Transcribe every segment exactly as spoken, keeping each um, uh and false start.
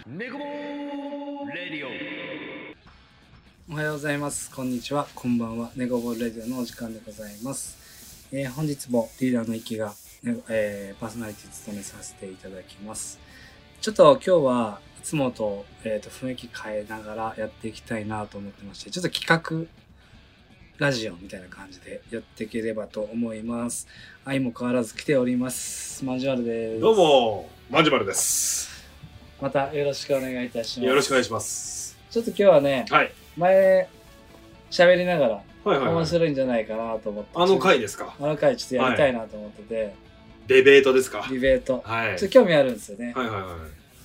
ネコボレディオ。 おはようございます。こんにちは。こんばんは。ネゴボーレディオのお時間でございます。えー、本日もリーダーのイキが、ねえー、パーソナリティ務めさせていただきます。ちょっと今日はいつもと、えー、と雰囲気変えながらやっていきたいなと思ってまして、ちょっと企画ラジオみたいな感じでやっていければと思います。相も変わらず来ております。マジュアルです。 どうもマジュマルです。 またよろしくお願いいたします。 よろしくお願いします。 ちょっと今日はね、 はい。 前喋りながらはいはいはい。 面白いんじゃないかなと思って、 あの回ですか。 あの回ちょっとやりたいなと思ってて、 デベートですか。 ディベート、 はい。 ちょっと興味あるんですよね。 はいはいはい。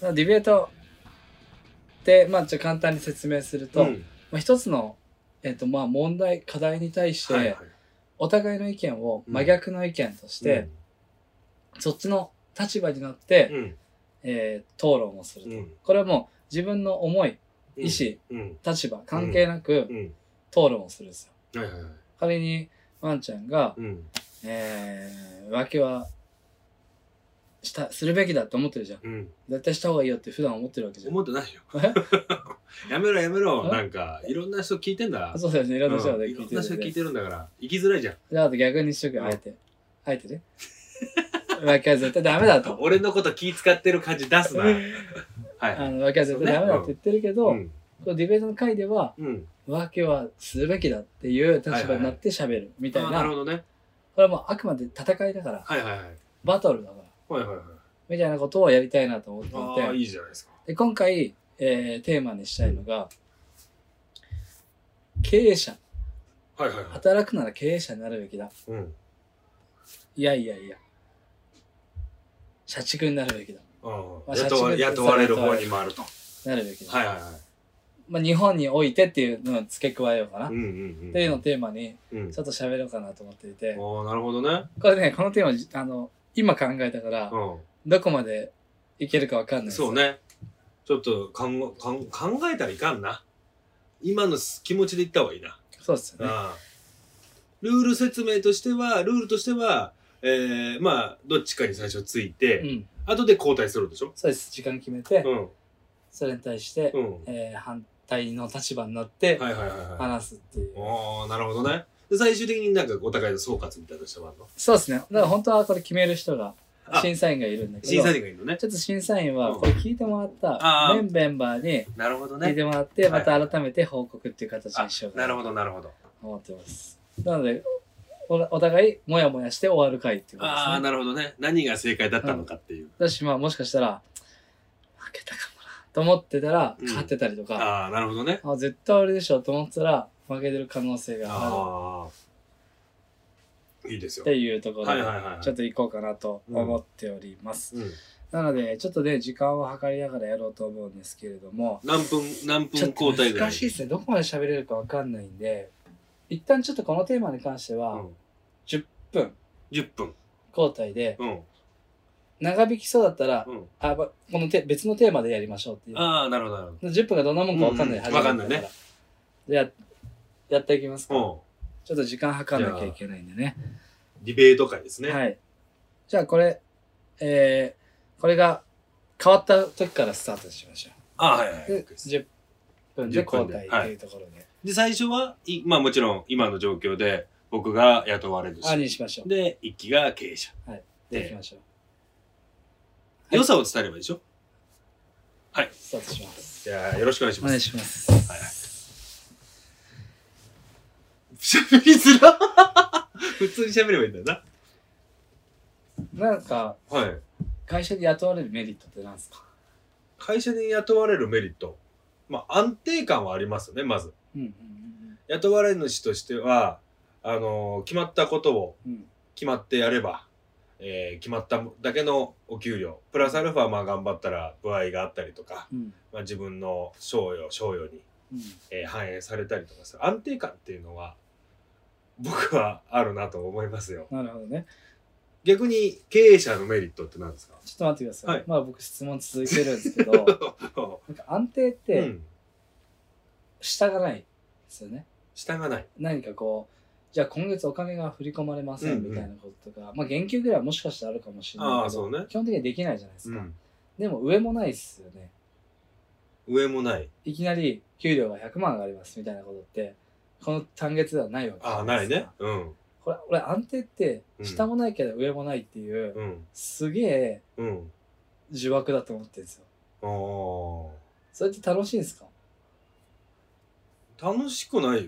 ディベートってまあちょっと簡単に説明すると、 うんまあ、一つの、えーとまあ、問題課題に対して、 はいはい、 お互いの意見を真逆の意見として、 うん、 そっちの立場になって、 うんえー、討論をすると、うん、これはもう自分の思い、意思、うん、立場関係なく、うん、討論をするんですよ。はいはいはい、仮にワンちゃんが、うんえー、浮気はしたするべきだと思ってるじゃん、うん、絶対した方がいいよって普段思ってるわけじゃん。 思ってないよ。やめろやめろ。なんかいろんな人聞いてんだ。 そうですね、いろんな人が聞いてる、 うん、いろんな人聞いてるんだから生きづらいじゃん。 じゃああと逆にしとくよ、あえてあえてね浮気は絶対ダメだと。 俺のこと気使ってる感じ出すな。はい、 あの浮気は絶対ダメだって言ってるけど、ねうん、ディベートの回では、うん、浮気はするべきだっていう立場になって喋るみたいな。 なるほどね。 これはもうあくまで戦いだから、 はいはいはい、 バトルだから、はいはいはい、みたいなことをやりたいなと思っていて。 ああ、いいじゃないですか。 で今回、えー、テーマにしたいのが、経営者、はいはいはい、働くなら経営者になるべきだ、うん、いやいやいや社畜になるべきだ、 うんまあ、雇, わ雇われる方に回るとなるべきだ、 はいはいはい、 まあ、日本においてっていうのを付け加えようかな、うんうんうん、っていうのをテーマにちょっと喋ろうかなと思っていて、 うん、なるほどね。 これね、このテーマあの今考えたから、うん、どこまでいけるか分かんないです。 そうね、ちょっとかんかん考えたらいかんな。今の気持ちで言った方がいいな。 そうですよね。 ああルール説明としては、ルールとしては、えー、まあ、どっちかに最初ついて、うん、後で交代するでしょ。 そうです。時間決めて、うん、それに対して、うんえー、反対の立場になって話すっていう。 ああ、なるほどね。で最終的になんかお互いの総括みたいな人もあるの？ そうですね。だから本当はこれ決める人が、審査員がいるんだけど、 審査員がいるのね。 ちょっと審査員はこれ聞いてもらったメンメンバーに聞いてもらって、また改めて報告っていう形にしようかな。 なるほど、なるほど。 思ってます。なので、お, お互いもやもやして終わる回っていうことですね。 ああ、なるほどね。何が正解だったのかっていう。 だし、まあもしかしたら、負けたかもなと思ってたら、勝ってたりとか、うん、 ああ、なるほどね。 あ絶対俺でしょと思ってたら、負けてる可能性がある。 ああ。いいですよ。 っていうところで、ちょっと行こうかなと思っております。うんうん、なので、ちょっとね、時間を計りながらやろうと思うんですけれども。 何分、何分交代ぐらい？ 難しいですね。どこまで喋れるかわかんないんで、一旦ちょっとこのテーマに関しては、じゅっぷん。 じゅっぷん。 交代で、うん、長引きそうだったら、うん、あこのて別のテーマでやりましょうっていう。 ああ、なるほど、なるほど。 じゅっぷんがどんなもんかわかんない。 わ、うんうん、かんないね。 じゃあ、やっていきますか。うん、ちょっと時間計らなきゃいけないんでね。 ディベート会ですね。 はい。じゃあこれ、えー、これが変わった時からスタートしましょう。 ああ、はいはい。 で、じゅっぷんで交代っていうところで。はい、 で、最初は、いまあもちろん今の状況で僕が雇われるし。 あ、にしましょう。 で、一期が経営者。 はい。で、いきましょう。 良さを伝えればいいでしょ？はい。 スタートします。 じゃあ、よろしくお願いします。 お願いします。はいはい。 喋りづら普通に喋ればいいんだよな。なんか、はい、会社で雇われるメリットって何ですか？ 会社で雇われるメリット。まあ、安定感はありますよね、まず。うんうんうん、雇われ主としては、あのー、決まったことを決まってやれば、うん、えー、決まっただけのお給料。プラスアルファ、まあ、頑張ったら、歩合があったりとか、うん、まあ、自分の賞与、賞与に、うんえー、反映されたりとかする。安定感っていうのは、僕はあるなと思いますよ。 なるほどね。 逆に経営者のメリットって何ですか？ ちょっと待ってください。はい、まあ僕質問続いてるんですけど、なんか安定って下がないですよね。 下がない。 何かこう、じゃあ今月お金が振り込まれませんみたいなこととか、うんうん、まあ言及ぐらいはもしかしたらあるかもしれないけど、 あ、そうね、 基本的にはできないじゃないですか。うん、でも上もないですよね。 上もない。 いきなり給料がひゃくまん上がりますみたいなことってこの単月ではないわけじゃああ、 ないですか。 ないね。うん。 これ俺安定ってうん下もないけど上もないっていう、 うん。 すげえうん。 呪縛だと思ってるんですよ。 ああ。 それって楽しいんですか？ 楽しくないよ。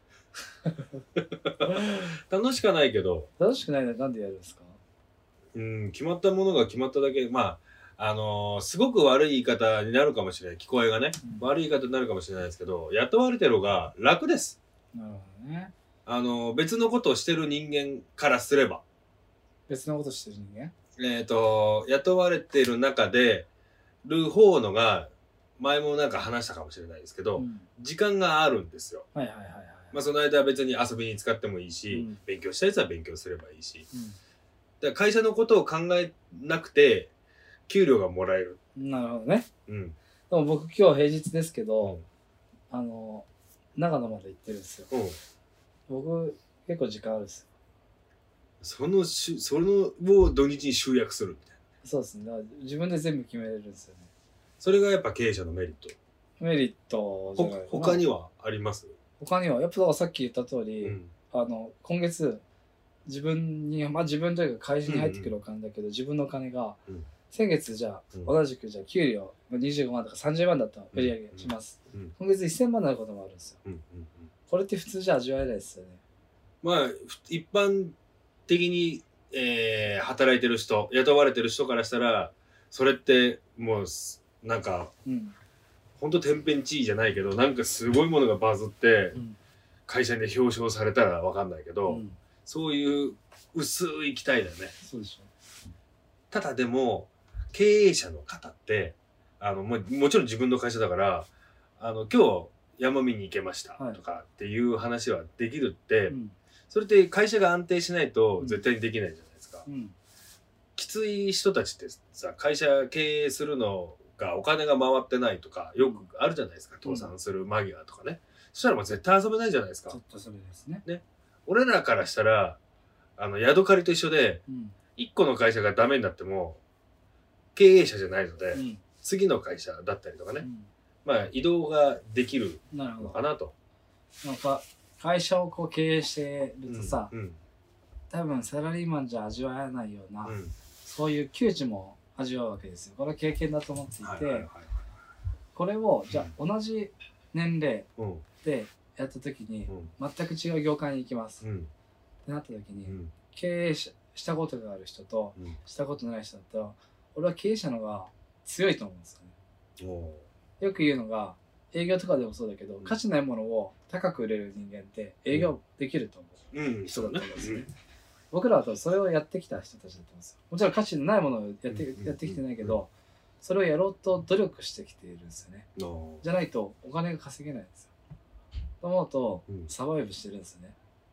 楽しくはないけど、 楽しくないのになんでやるんですか？ うん、決まったものが決まっただけ、まあ、あのーすごく悪い言い方になるかもしれない。聞こえがね、 うん悪い言い方になるかもしれないですけど、雇われてる方が楽です。 なるほどね。 あのー別のことをしてる人間からすれば。 別のことしてる人間？ えっと、雇われてる中で、る方のが、前もなんか話したかもしれないですけど、 うん時間があるんですよ。 はいはいはいはい。 まあその間は別に遊びに使ってもいいし、 うん勉強したいやつは勉強すればいいし。 うんだから会社のことを考えなくて、給料がもらえる。 なるほどね。 うん。 でも僕今日平日ですけうど、 ん。 あの長野まで行ってるんですよ。 うん。 僕結構時間あるんですよ。 そのし、そのを土日に集約するみたいな。 そうですね。だから自分で全部決めれるんですよね。 それがやっぱ経営者のメリット。 メリットじゃないかな。 ほ他にはあります？ 他にはやっぱだからさっき言った通り、 うん。 あの今月自分にまあ自分というか会社に入ってくるお金だけど、自分のお金が、 うん先月じゃあ、 うん同じくじゃあ給料にじゅうごまんとかさんじゅうまんだったら売り上げします、 うんうん今月せんまんになることもあるんですよ。 うん。うん。うん。 これって普通じゃ味わえないですよね。 まあ、ふ一般的に、えー働いてる人、雇われてる人からしたら、それってもうす、なんか、 うん、 ほんと天変地異じゃないけど、なんかすごいものがバズってう、ん会社で表彰されたらわかんないけど、 うん、 そういう薄い期待だよね。 そうでしょ。 ただでも、経営者の方ってあのももちろん自分の会社だからあの今日山見に行けましたはいとかっていう話はできるって、 うんそれって会社が安定しないと絶対にできないじゃないですか、 うんきつい人たちってさ会社経営するのがお金が回ってないとかよくあるじゃないですか、倒産する間際とかね、そしたらもう絶対遊べないじゃないですか。 ちょっとそれですね。 俺らからしたらあの宿借りと一緒でうん一個の会社がダメになっても経営者じゃないので、 うん次の会社だったりとかね、 うんまあ移動ができるなるほど。 のかなと。 なんか会社をこう経営してるとさ、 うん多分サラリーマンじゃ味わえないような、 うんうんそういう窮地も味わうわけですよ。これは経験だと思っていて、 はいはいはいこれをじゃあ同じ年齢うんでやった時にうん全く違う業界に行きます、っうんてなった時に、 うん経営ししたことがある人とうんしたことない人だったら俺は経営者の方が強いと思うんですよね。 およく言うのが営業とかでもそうだけど、 うん価値ないものを高く売れる人間って営業できると思う、 ーうん人だと思うんですね。 うん僕らは多分それをやってきた人たちだと思うんですよ。もちろん価値のないものをやって,、 うんやってきてないけど、それをやろうと努力してきているんですよね。 おじゃないとお金が稼げないんですよ。と思うと、 うんサバイブしてるんですよね。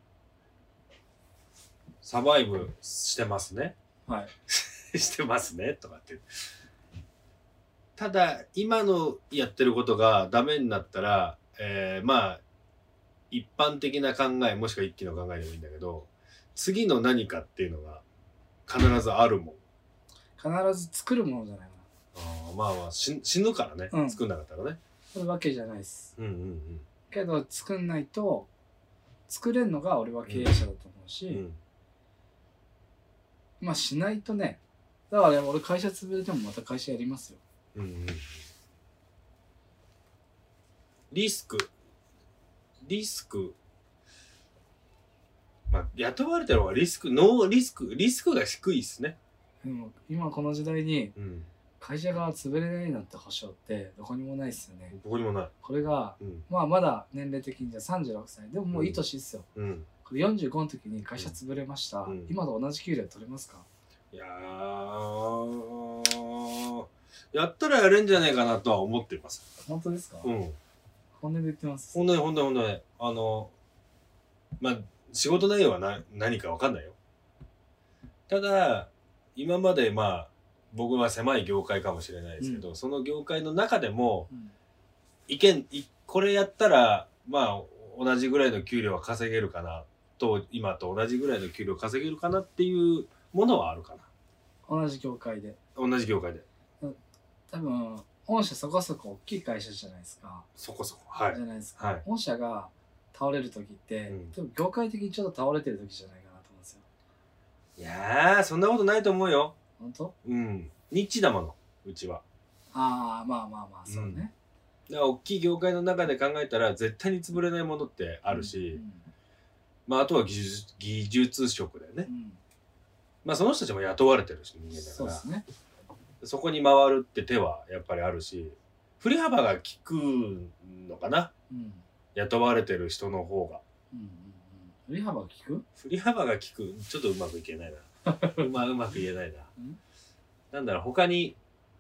サバイブしてますねはい。 してますねとかってただ今のやってることがダメになったら、えー、まあ一般的な考えもしくは一気の考えでもいいんだけど次の何かっていうのが必ずあるもん。 必ず作るものじゃないかあーまあまあ死死ぬからね、 うん作んなかったらね。 な。そういうわけじゃないです。 うんうんけど作んないと、作れるのが俺は経営者だと思うし、 うんうんまあしないとね、だからね、俺会社潰れてもまた会社やりますよ。 うんうんリスクリスクまあ雇われてる方がリスクノーリスクリスクが低いですね。 でも今この時代にうん会社が潰れないなんて保証ってどこにもないですよね。 どこにもない。 これが、 うんまあまだ年齢的にじゃさんじゅうろくさい。でももういい年ですよ。 うんこれよんじゅうごの時に会社潰れました。 うん今と同じ給料取れますか？ いやーやったらやれんじゃねえかなとは思っています。 本当ですか？ うん本音で言ってます。 ほんとにほんとにほんとにあのまあ仕事内容はな何かわかんないよ。ただ今までまあ僕は狭い業界かもしれないですけど、その業界の中でもうんいけんいこれやったらまあ同じぐらいの給料は稼げるかなと今と同じぐらいの給料稼げるかなっていうものはあるかな。 同じ業界で。 同じ業界で。 多分御社そこそこ大きい会社じゃないですか。 そこそこ。はいじゃないですか。 はい御社が倒れる時って、 うんでも業界的にちょっと倒れてる時じゃないかなと思うんですよ。 いやーそんなことないと思うよ。 本当？ うんニッチだものうちは。 ああ、まあまあまあ、そうね。 だから大きい業界の中で考えたら絶対に潰れないものってあるし、まああとは技術技術職だよね。 うんうんまあその人たちも雇われてるし人間だからそうですね。 そこに回るって手はやっぱりあるし振り幅が効くのかなうんうん雇われてる人の方がうんうん。振り幅が効く？ 振り幅が効くちょっとうまくいけないなうまうまく言えないなうんなんだろう他に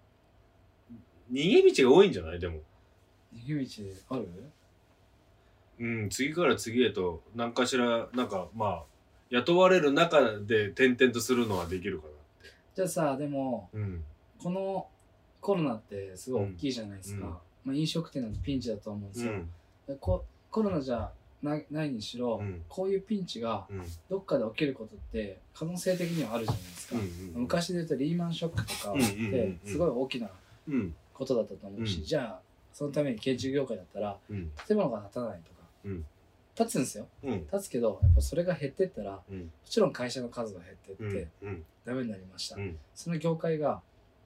逃げ道が多いんじゃないでも逃げ道ある？ うん次から次へと何かしらなんかまあ雇われる中で転々とするのはできるかなってじゃあさ、でも、 うんこのコロナってすごい大きいじゃないですか。 うんまあ、飲食店なんてピンチだと思うんですよ。 うんでココロナじゃなないにしろ、 うんこういうピンチがうんどっかで起きることって可能性的にはあるじゃないですか。 うん昔で言うとリーマンショックとかっうんうんうんてすごい大きなうんことだったと思うし、 うんじゃあそのために建築業界だったらうん建物が建たないとか、 うん建つんですよ。 うん建つけどやっぱそれが減ってったらもうんちろん会社の数が減ってうんってうんダメになりました。 うんその業界が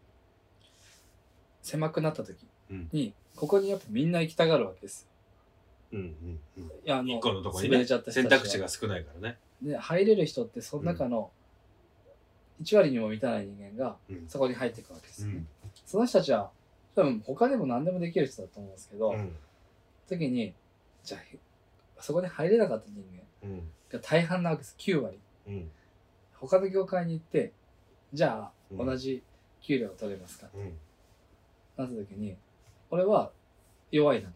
狭くなった時うんにここにやっぱみんな行きたがるわけですよ。 うんうんうんいやあの一個のところに潰ねれちゃった人選たちは択肢が少ないからねで入れる人ってその中のいち割にも満たない人間がうんそこに入っていくわけですよね。 うんその人たちは多分他でも何でもできる人だと思うんですけど、 うん時にじゃあそこに入れなかった人間うんが大半なわけです。きゅう割。 うん他の業界に行ってじゃあうん同じ給料を取れますか、 うんなった時に俺は弱いなと。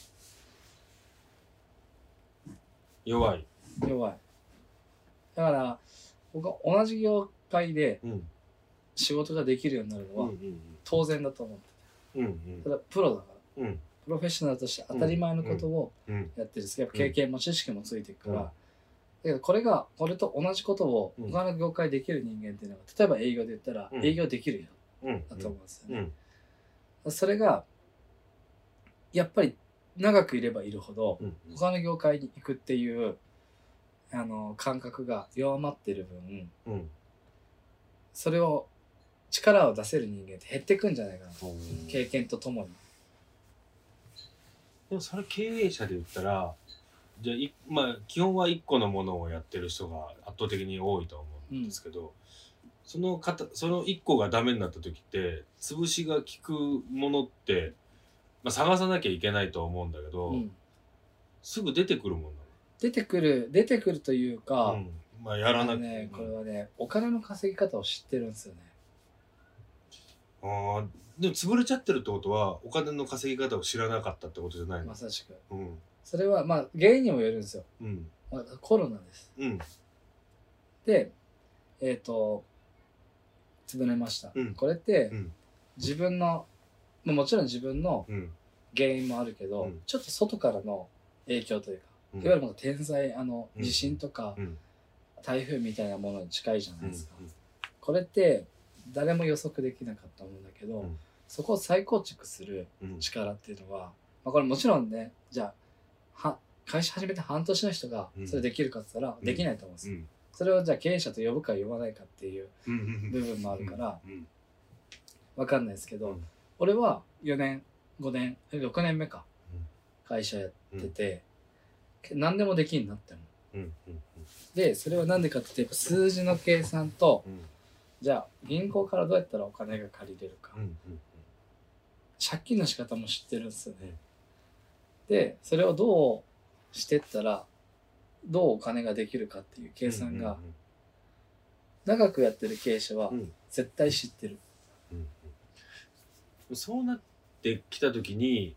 弱い弱い。だから僕は同じ業界でうん仕事ができるようになるのはうんうん当然だと思ってうんうんて、ただプロだからうんプロフェッショナルとして当たり前のことをうんやってるんです。やっぱ経験も知識もついていくから、 うんだけどこれがこれと同じことをうん他の業界できる人間っていうのは例えば営業で言ったらうん営業できるようんだと思うんですよね。 うんそれがやっぱり長くいればいるほどうん他の業界に行くっていうあの感覚が弱まってる分うんそれを力を出せる人間って減ってくんじゃないかなと。 うん経験とともに。 でもそれ経営者で言ったらじゃあいまあ基本はいっこのものをやってる人が圧倒的に多いと思うんですけど、その方そのいっこがダメになった時って潰しが効くものって、まあ、探さなきゃいけないと思うんだけど、 うんすぐ出てくるもんな出てくる出てくるというか、 の、うん、まあやらなくて、 あのね、これはねお金の稼ぎ方を知ってるんですよね。 あーでも潰れちゃってるってことはお金の稼ぎ方を知らなかったってことじゃないの、 まさしくうんそれはまあ原因にもよるんですよ。 うんまあ、コロナです。 うんでえっ、と潰れました、 うんこれってうん自分の、まあ、もちろん自分のうん原因もあるけど、 うんちょっと外からの影響というか、 うんいわゆるもう天災あのうん地震とか、 うん台風みたいなものに近いじゃなうんいですか、これって誰も予測できなかったもんだけど、 うんそこを再構築するうん力っていうのは、まあ、これもちろんねじゃあは会社始めて半年の人がそれできるかって言ったらうんできないと思うんですよ、 うんそれをじゃあ経営者と呼ぶか呼ばないかっていううん部分もあるからうんわかんないですけど、 うん俺はよねんごねんろくねんめかうん会社やってて、何でもできるようになったのうんうんでそれはなんでかって言って数字の計算とうんじゃあ銀行からどうやったらお金が借りれるか、 うんうん借金の仕方も知ってるんですよね。でそれをどうしてったらどうお金ができるかっていう計算が長くやってる経営者はうん絶対知ってる。 うんうんそうなってきた時に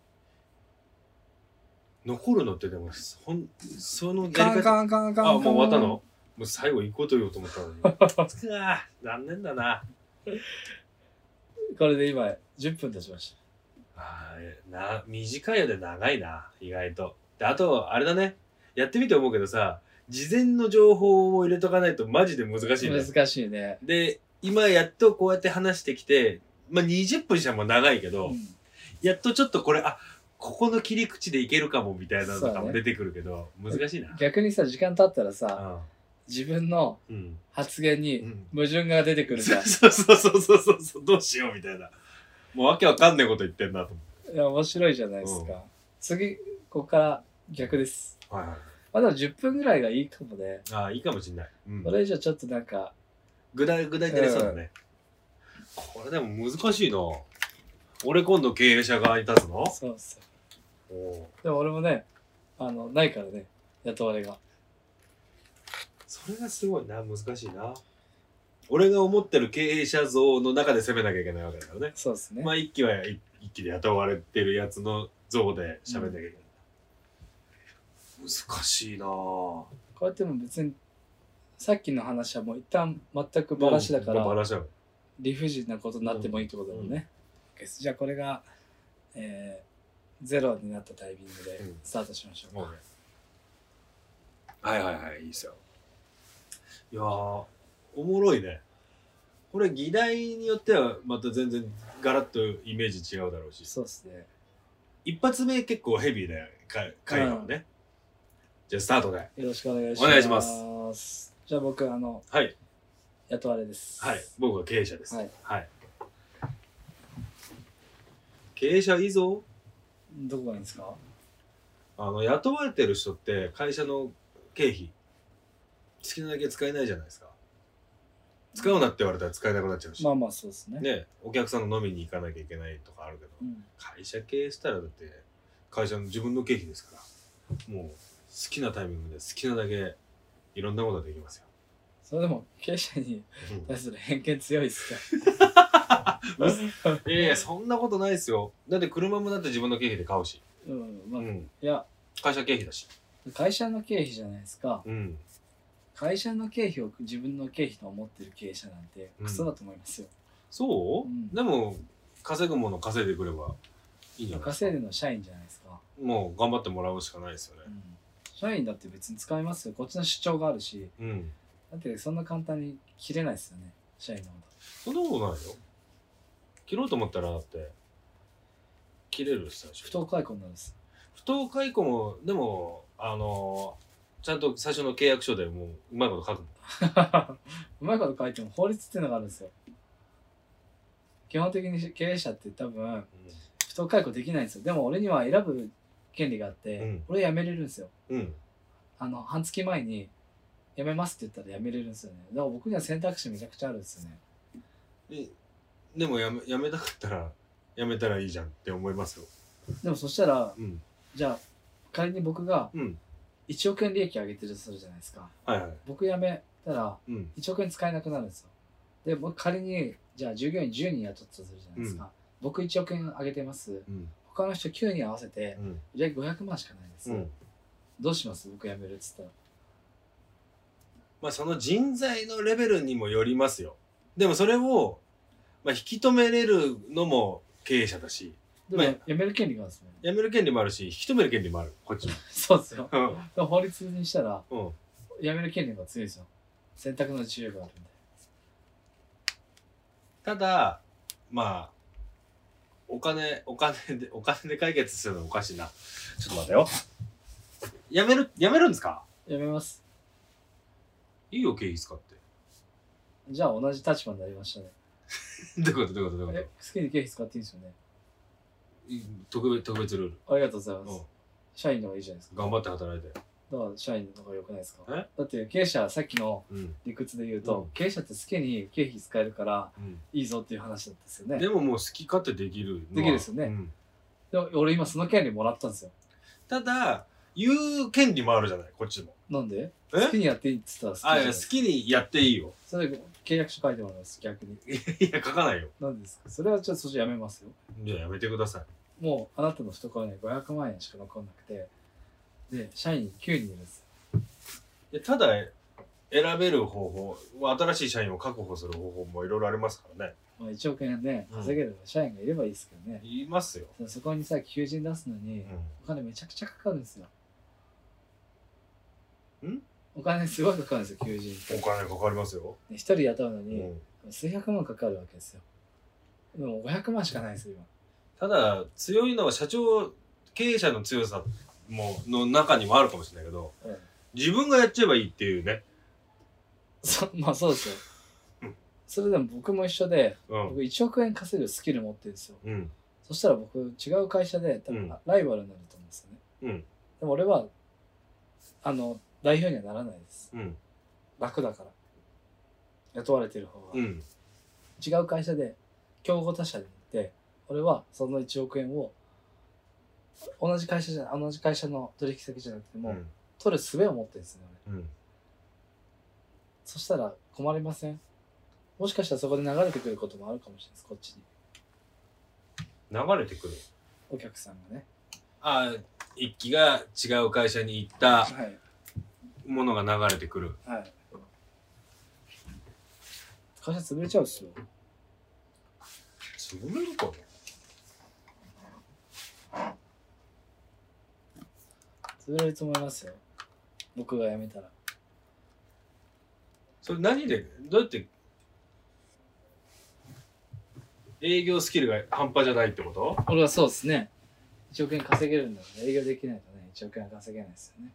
残るのってでもほんそのやりカン方カンカンカンカンあもう終わったのもう最後行こうと言おうと思ったのにつくわ残念だなこれで今じゅっぷん経ちましあーな短いようで長いな意外とであとあれだねやってみて思うけどさ事前の情報を入れとかないとマジで難しいねた。難しいね。 で今やっとこうやって話してきてまあにじゅっぷんじゃもう長いけど、 うんやっとちょっとこれあここの切り口でいけるかもみたいなのとかそうねも出てくるけど、難しいな。 逆にさ時間経ったらさあ自分のうん発言にうん矛盾が出てくるじゃん。 そうそうそうそうそうそうどうしようみたいな。もうわけわかんないこと言ってんなと思って。 いや面白いじゃないですか。 うん次ここから逆です。 はいはい。 まあでもじゅっぷんぐらいがいいかもね。 ああいいかもしんない。うんそれ以上ちょっとなんかぐだぐだになりそうだね。これでも難しいな。俺今度経営者側に立つの？ そうそう。 おでも俺もねあのないからね雇われが。 それがすごいな難しいな。俺が思ってる経営者像の中で攻めなきゃいけないわけだからね。 そうですね。 まあ一期は一期で雇われてるやつの像で喋んなきゃいけない。うん、難しいな。こうやっても別にさっきの話はもう一旦全くバラシだから、 バラシだ理不尽なことになってもいいってことだもんね。うん、じゃあこれが、えー、ゼロになったタイミングでスタートしましょうか。うん、 はいはいはいいいですよ。いやーおもろいね。これ議題によってはまた全然ガラッとイメージ違うだろうし。 そうですね。 一発目結構ヘビーな回かもね。じゃあスタートで。 よろしくお願いします。 お願いします。 じゃあ僕あの、 はい。 雇われです。 はい。僕は経営者です。 はい。 はい、経営者いいぞ。 どこがいいんですか？ あの雇われてる人って会社の経費好きなだけ使えないじゃないですか。使うなって言われたら使えなくなっちゃうし。 まあまあそうですね。 ね、お客さんの飲みに行かなきゃいけないとかあるけど、うん、会社経営したらだって会社の自分の経費ですからもう好きなタイミングで好きなだけいろんなことができますよ。 それでも経営者に対する偏見強いっすか、うん、いやいやそんなことないですよ。だって車もだって自分の経費で買うし、 うんまあ、うん、いや会社経費だし会社の経費じゃないですか、 うん、 会社の経費を自分の経費と思ってる経営者なんてクソだと思いますよ。 うん、そう、うん、でも稼ぐもの稼いでくればいいんじゃないですか。 稼いでるのは社員じゃないですか。 もう頑張ってもらうしかないですよね、うん、 社員だって別に使いますよ。こっちの主張があるし、 うん、 だってそんな簡単に切れないですよね社員のこと。 そんなことないよ。切ろうと思ったらだって切れるし最初不当解雇になるんです。 不当解雇もでもあのー、ちゃんと最初の契約書でもううまいこと書くうまいこと書いても法律っていうのがあるんですよ。基本的に経営者って多分、うん、不当解雇できないんですよ。でも俺には選ぶ権利があって、うん、俺辞めれるんですよ、うん、あの半月前に辞めますって言ったら辞めれるんですよね。だから僕には選択肢めちゃくちゃあるんですよね。 で, でもやめ辞めたかったら辞めたらいいじゃんって思いますよ。 でもそしたら、うん、じゃあ仮に僕がいちおくえん利益上げてるとするじゃないですか、はいはい、僕辞めたらいちおくえん使えなくなるんですよ。で僕仮にじゃあ従業員じゅうにん雇ったとするじゃないですか、うん、僕いちおくえん上げてます、うん、他の人きゅうにん合わせて売り上げごひゃくまんしかないです、うん、どうします？僕辞めるっつったら。 まあその人材のレベルにもよりますよ。でもそれを、まあ、引き止めれるのも経営者だし、 でも、まあ、辞める権利があるんですね。 辞める権利もあるし引き止める権利もあるこっちもそうですよ、うん、法律にしたら、うん、辞める権利が強いですよ。選択の自由があるんで。 ただまあお金お金でお金で解決するのはおかしいな。ちょっと待ってよ。辞める辞めるんですか？ 辞めます。 いいよ経費使って。 じゃあ同じ立場になりましたね。 どういうことどういうことどういうこと？え、 好きに経費使っていいんですよね。 特別特別ルール。 ありがとうございます。うん、社員の方がいいじゃないですか。 頑張って働いて。 だから社員の方が良くないですか？だって経営者さっきの理屈で言うと、うん、経営者って好きに経費使えるからいいぞっていう話なんですよね。 でももう好き勝手できるできるですよね。うん、でも俺今その権利もらったんですよ。 ただ言う権利もあるじゃないこっちも。 なんで？好きにやっていいって言ったら好きじゃないですか。 あ、いや好きにやっていいよ。 それ契約書書いてもらいます逆に。 いや書かないよ。 なんですか？それはちょっとそっちやめますよ。 じゃあやめてください。 もうあなたの懐にごひゃくまんえんしか残んなくて、で社員きゅうにんいるんです。 いやただ選べる方法、新しい社員を確保する方法もいろいろありますからね。 まあいちおくえんね稼げる社員がいればいいですけどね。 いますよ。 そこにさ求人出すのにお金めちゃくちゃかかるんですよ。ん？お金すごいかかるんですよ求人って。 お金かかりますよ。 一人雇うのに数百万かかるわけですよ。でもごひゃくまんしかないですよ今。 ただ強いのは社長経営者の強さもの中にもあるかもしれないけど、うん、自分がやっちゃえばいいっていうね。 そまあそうですよ。それでも僕も一緒で、うん、僕いちおくえん稼ぐスキル持ってるんですよ。うん、そしたら僕違う会社で多分ライバルになると思うんですよね。うん、でも俺はあの代表にはならないです。うん、楽だから雇われてる方が、うん、違う会社で競合他社で行って俺はそのいちおくえんを同じ会社じゃ同じ会社の取引先じゃなくても、うん、取る術を持ってるんですね、俺、うん、そしたら困りません？もしかしたらそこで流れてくることもあるかもしれないです、こっちに。 流れてくるお客さんがね。 ああ、一機が違う会社に行ったものが流れてくる。はい。 会社潰れちゃうんですよ。 潰れるかな？ 潰れると思いますよ。僕が辞めたら。 それ何で、どうやって営業スキルが半端じゃないってこと？ 俺はそうですね。いちおくえん稼げるんだから営業できないとね、いちおくえんは稼げないですよね。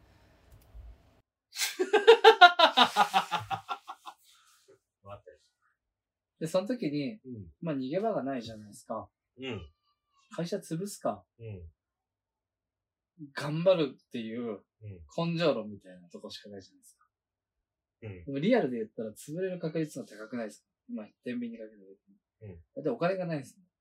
待って。 で、その時に、うん、まあ逃げ場がないじゃないですか。うん。会社潰すか。うん。頑張るっていう根性論みたいなとこしかないじゃないですか。うん。でもリアルで言ったら潰れる確率の高くないですか？今、天秤にかけた時に。うん。だってお金がないんですもん。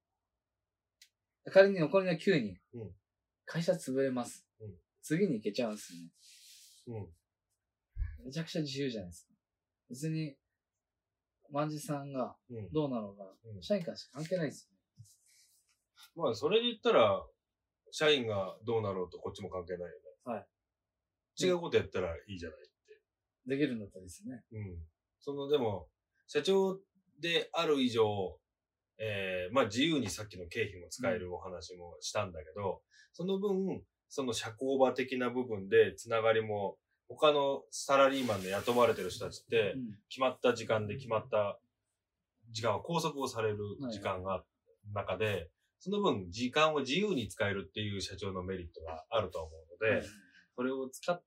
仮に残りのきゅうにん。うん。会社潰れます。うん。次に行けちゃうんですよね。うん。めちゃくちゃ自由じゃないですか。別に、万事さんがどうなのか、うん、社員からしか関係ないですよね。まあ、それで言ったら、社員がどうなろうとこっちも関係ないよね。はい。違うことやったらいいじゃないって。 できるんだったらですね。 うん。その、でも、社長である以上、えー、まあ自由にさっきの経費も使えるお話もしたんだけど、うん、その分、その社交場的な部分でつながりも、他のサラリーマンで雇われてる人たちって、決まった時間で決まった時間は拘束をされる時間が中で、その分時間を自由に使えるっていう社長のメリットがあると思うので、それを使って、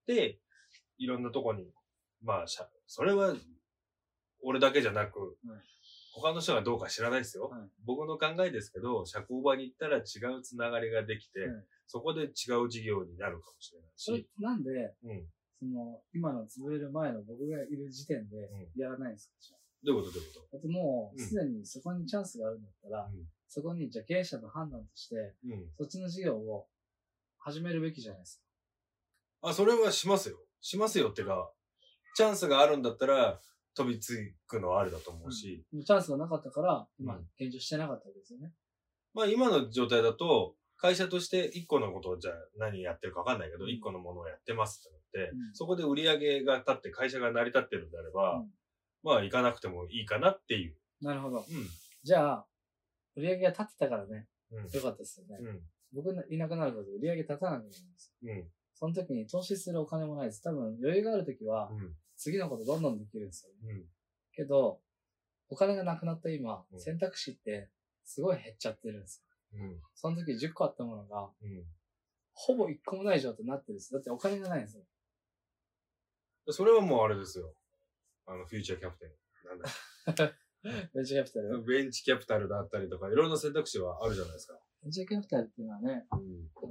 いろんなとこに、まあ、それは俺だけじゃなく、他の人がどうか知らないですよ。僕の考えですけど、社交場に行ったら違うつながりができて、そこで違う事業になるかもしれないし。 それなんで、うんその、今の潰れる前の僕がいる時点でやらないんですか、 うん、どういうことどういうこと？ だってもう、すでにそこにチャンスがあるんだったら、うん、そこに、じゃあ経営者の判断として、うん、そっちの事業を始めるべきじゃないですか。あ、それはしますよ。しますよってか、チャンスがあるんだったら、飛びつくのはあるだと思うし。 うん、チャンスがなかったから、今、現状してなかったわけですよね。 まあ今の状態だと、会社として一個のことをじゃあ何やってるか分かんないけど、一個のものをやってますってなって、うん、そこで売り上げが立って会社が成り立ってるんであれば、うん、まあ行かなくてもいいかなっていう。 なるほど。うん、じゃあ、売り上げが立ってたからね、うん、よかったですよね。うん、僕いなくなることで売り上げ立たなきゃいけないんですよ。うん、その時に投資するお金もないです。多分余裕がある時は、次のことどんどんできるんですよ、ね。うん、けど、お金がなくなった今、うん、選択肢ってすごい減っちゃってるんですよ。うん、その時じゅっこあったものが、うん、ほぼいっこもない状態になってるんです。だってお金がないんですよ。 それはもうあれですよ。あの、フューチャーキャプテン。なんだベンチャーキャピタル。 ベンチキャピタルだったりとか、いろんな選択肢はあるじゃないですか。 ベンチャーキャピタルっていうのはね、うん、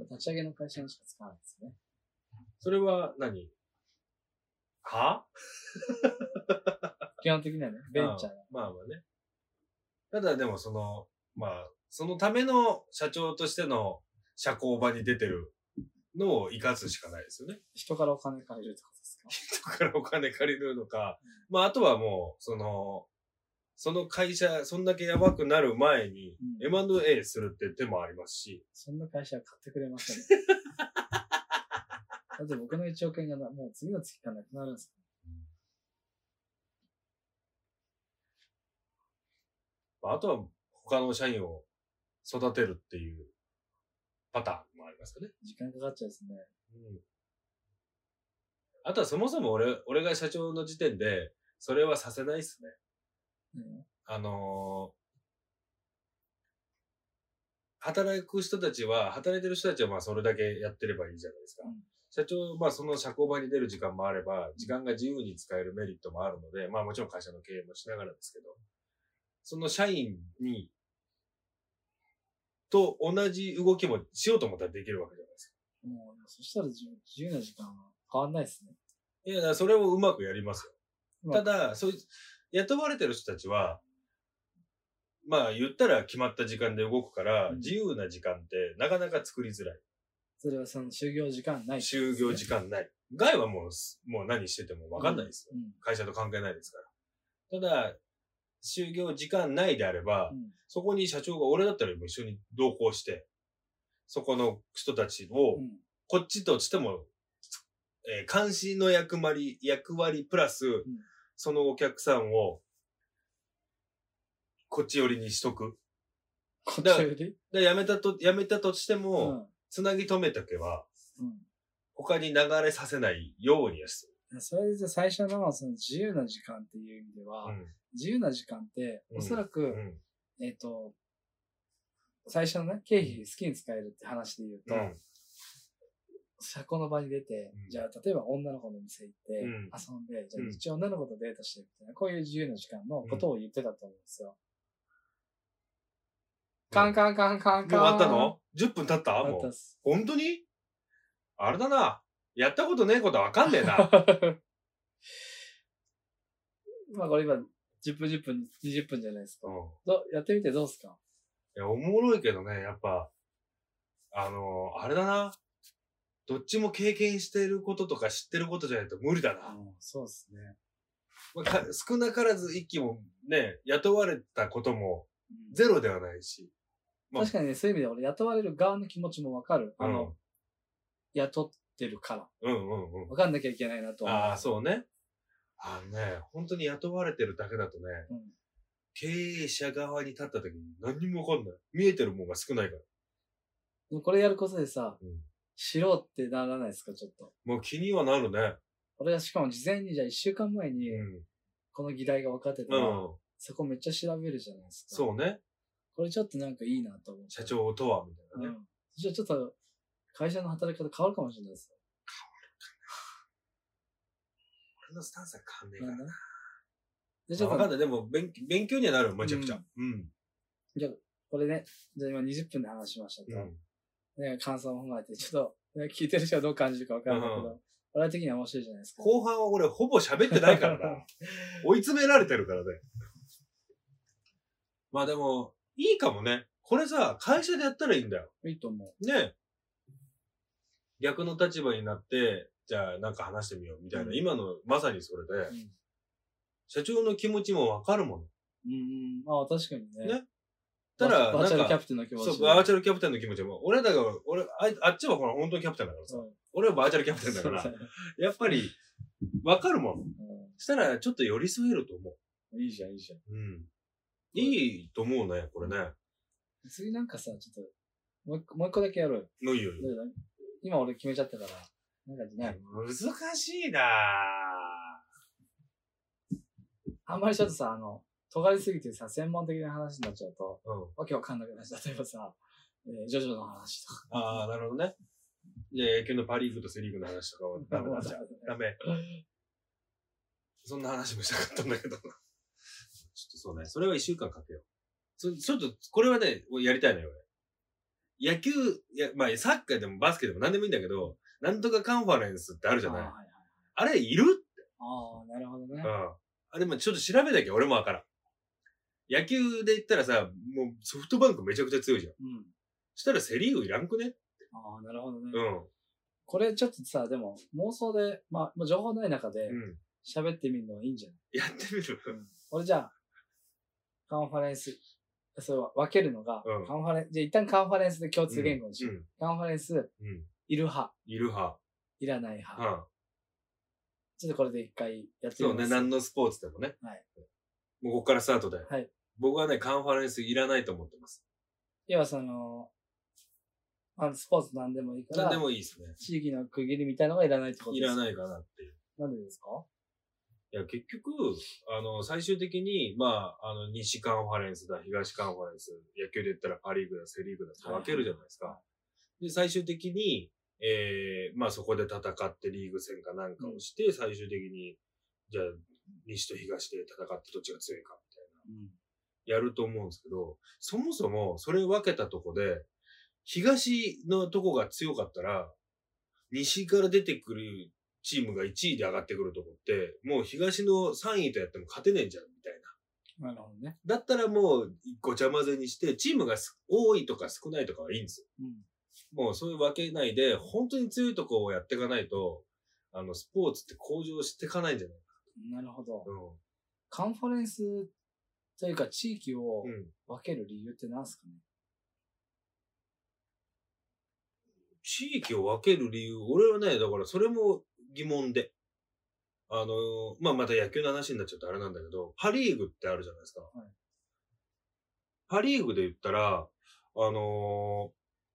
立ち上げの会社にしか使わないですね。 それは何は基本的にはね、ベンチャー。 まあまあね。ただでもその、まあ、そのための社長としての社交場に出てるのを生かすしかないですよね。 人からお金借りるってことですか？人からお金借りるのか。まあ、あとはもう、その、その会社、そんだけやばくなる前に エムアンドエー するって手もありますし。 そんな会社は買ってくれませんね。だって僕のいちおくえんがなもう次の月からなくなるんですか、 うん、あとは他の社員を育てるっていうパターンもありますかね。 時間かかっちゃうですね。うん。 あとはそもそも俺、俺が社長の時点で、それはさせないっすね。うん、あの働く人たちは、働いてる人たちはまあそれだけやってればいいじゃないですか。 うん、 社長、まあその社交場に出る時間もあれば、時間が自由に使えるメリットもあるので、まあもちろん会社の経営もしながらですけど、その社員に、と同じ動きもしようと思ったらできるわけじゃないですか。 もう、そしたら自自由な時間は変わんないですね。 いや、だからそれをうまくやりますよ。 まあただ、そういう、雇われてる人たちは、まあ言ったら決まった時間で動くから、 うん自由な時間ってなかなか作りづらい。 それはその就業時間ないってことですね、 就業時間ない。外はもう、もう何しててもわかんないですよ。 うん。 会社と関係ないですから。ただ、就業時間内であれば、 うん。 そこに社長が俺だったら一緒に同行して、そこの人たちを、 うん。 こっちとしても、えー監視の役割、役割プラス、そのお客さんを、こっち寄りにしとく。 こっちよりで、辞めたと、辞めたとしてうも、 ん。 つなぎ止めとけば、 うん。 他に流れさせないようにはすそれで最初のその自由な時間っていう意味では、 る。 自由な時間って、おそらく、 うん。うん。 えっ、と、最初のね、経費好きに使えるって話で言うと、 うん社交の場に出て、 うんじゃあ、例えば女の子の店行って、 うん遊んで、じゃあ、 うん一応女の子とデートしてみたいな、こういう自由な時間のことを言ってたと思うんですよ。カンカンカンカンカン。 もうあったの ?じゅっ 分経ったあもう。 ったっす。 本当にあれだな。やったことねえことはわかんねえな。 まあ、これ今、じゅっぷんじゅっぷん、にじゅっぷんじゃないですか。 うん。 どやってみてどうですか？ いや、おもろいけどね、やっぱ、あのあれだな。どっちも経験してることとか知ってることじゃないと無理だな。 うん、そうですね。 まあか少なからず一期もね、雇われたこともうんゼロではないし。まあ確かにね、そういう意味で俺雇われる側の気持ちもわかる。あの、 うん雇ってるから。 うんうんうん。 わかんなきゃいけないなと思う。 ああ、そうね。あのね、本当に雇われてるだけだとね、 うん。 経営者側に立った時に何にもわかんない。見えてるもんが少ないから。 でもこれやることでさ、 うん知ろうってならないですか、ちょっと。 もう気にはなるね。 俺はしかも事前にじゃあ一週間前に、 うん。 この議題が分かってたら、 うん。 そこめっちゃ調べるじゃないですか。 そうね。 これちょっとなんかいいなと思って。 社長とは、みたいなね。 うん。じゃあちょっと、会社の働き方変わるかもしれないですよ。 俺のスタンスは変わんねえからなんだで、ちょっと、 わかんない。でも勉、勉強にはなる、めちゃくちゃ。うん。 じゃあ、これね、じゃあ今にじゅっぷんで話しましたと。 うん。 ね、感想も踏まえて、ちょっと、ね、聞いてる人はどう感じるか分からないけど、 う俺的には面白いじゃないですか。 後半は俺ほぼ喋ってないからな。追い詰められてるからね。まあでも、いいかもね。これさ、会社でやったらいいんだよ。 いいと思ね。逆の立場になって、じゃあなんか話してみようみたいな。 うん今のまさにそれで、 う。うん。 社長の気持ちもわかるもうんうん。ああ、確かにね。 ねただ、 バーチャルキャなんか、 プテンの気持ち。 そう、バーチャルキャプテンの気持ちも、俺だから、俺、あいあっちはほら、本当にキャプテンだからさ。 うん俺はバーチャルキャプテンだから、やっぱり、わかるもん。 うしたら、ちょっと寄り添えると思ん。いいじゃん、いいじゃん。 う。うん。いいと思うね、これね。 次なんかさ、ちょっと、もう一個、もう一個だけやろうよ。 のいいよいいよ。 どうだ今俺決めちゃったから、なんかね、 難しいなあんまりちょっとさ、あの、尖りすぎてさ、専門的な話になっちゃうと、 ぁ。うん。 わけわかんなくなっちゃう。例えばさ、えー、ジョジョの話とか。 ああ、なるほどね。じゃあ、野球のパリーグとセリーグの話とかはダメだ。じゃあダメ。そんな話もしたかったんだけどな。ちょっとそうね。それは一週間かけよう。そちょっと、これはね、やりたいのよ、俺。野球、いや、まあ、サッカーでもバスケでも何でもいいんだけど、なんとかカンファレンスってあるじゃない。 あーはいはいはい。 あれ、いるああ、なるほどね。 うん。あれもちょっと調べなきゃ俺もわからん。野球で言ったらさ、もうソフトバンクめちゃくちゃ強いじゃん。 うん。 したらセリーグいらんくねああ、なるほどね。 うん。 これちょっとさ、でも妄想で、まあ、もう情報ない中でうん。 喋ってみるのはいいんじゃない？ やってみる。 俺じゃあ、カンファレンス、それは分けるのが、 うんカンファレンス、じゃあ一旦カンファレンスで共通言語にしよう。 うん。 カンファレンス、 うん。 いる派、 いる派。 いらない派。 うん。 ちょっとこれで一回やってみます。 そうね、何のスポーツでもね。 はい。 もうここからスタートで。 はい。 僕はね、カンファレンスいらないと思ってます。 要はその、あのスポーツなんでもいいから、 何でもいいですね。 地域の区切りみたいなのがいらないってことですか？ いらないかなっていう。 なんでですか？ いや、結局、あの、最終的に、まあ、あの、西カンファレンスだ、東カンファレンス、野球で言ったらパリーグだ、セリーグだって分けるじゃないですか。で、最終的に、ええー、まあそこで戦ってリーグ戦かなんかをして、うん、最終的に、じゃあ、西と東で戦ってどっちが強いかみたいな、うん、やると思うんですけど、そもそもそれ分けたとこで、東のとこが強かったら、西から出てくるチームがいちいで上がってくるとこって、もう東のさんいとやっても勝てねえじゃん、みたいな。 なるほどね。 だったらもうごちゃ混ぜにして、チームが多いとか少ないとかはいいんですよ。うん、もうそういう分けないで、本当に強いとこをやっていかないと、あの、スポーツって向上していかないんじゃないかな。なるほど。 うん、 カンファレンスというか地域を分ける理由って何すかね、 うん、地域を分ける理由、俺はね、だからそれも疑問で。あの、まあ、また野球の話になっちゃうとあれなんだけど、パリーグってあるじゃないですか。はい、パリーグで言ったら、あの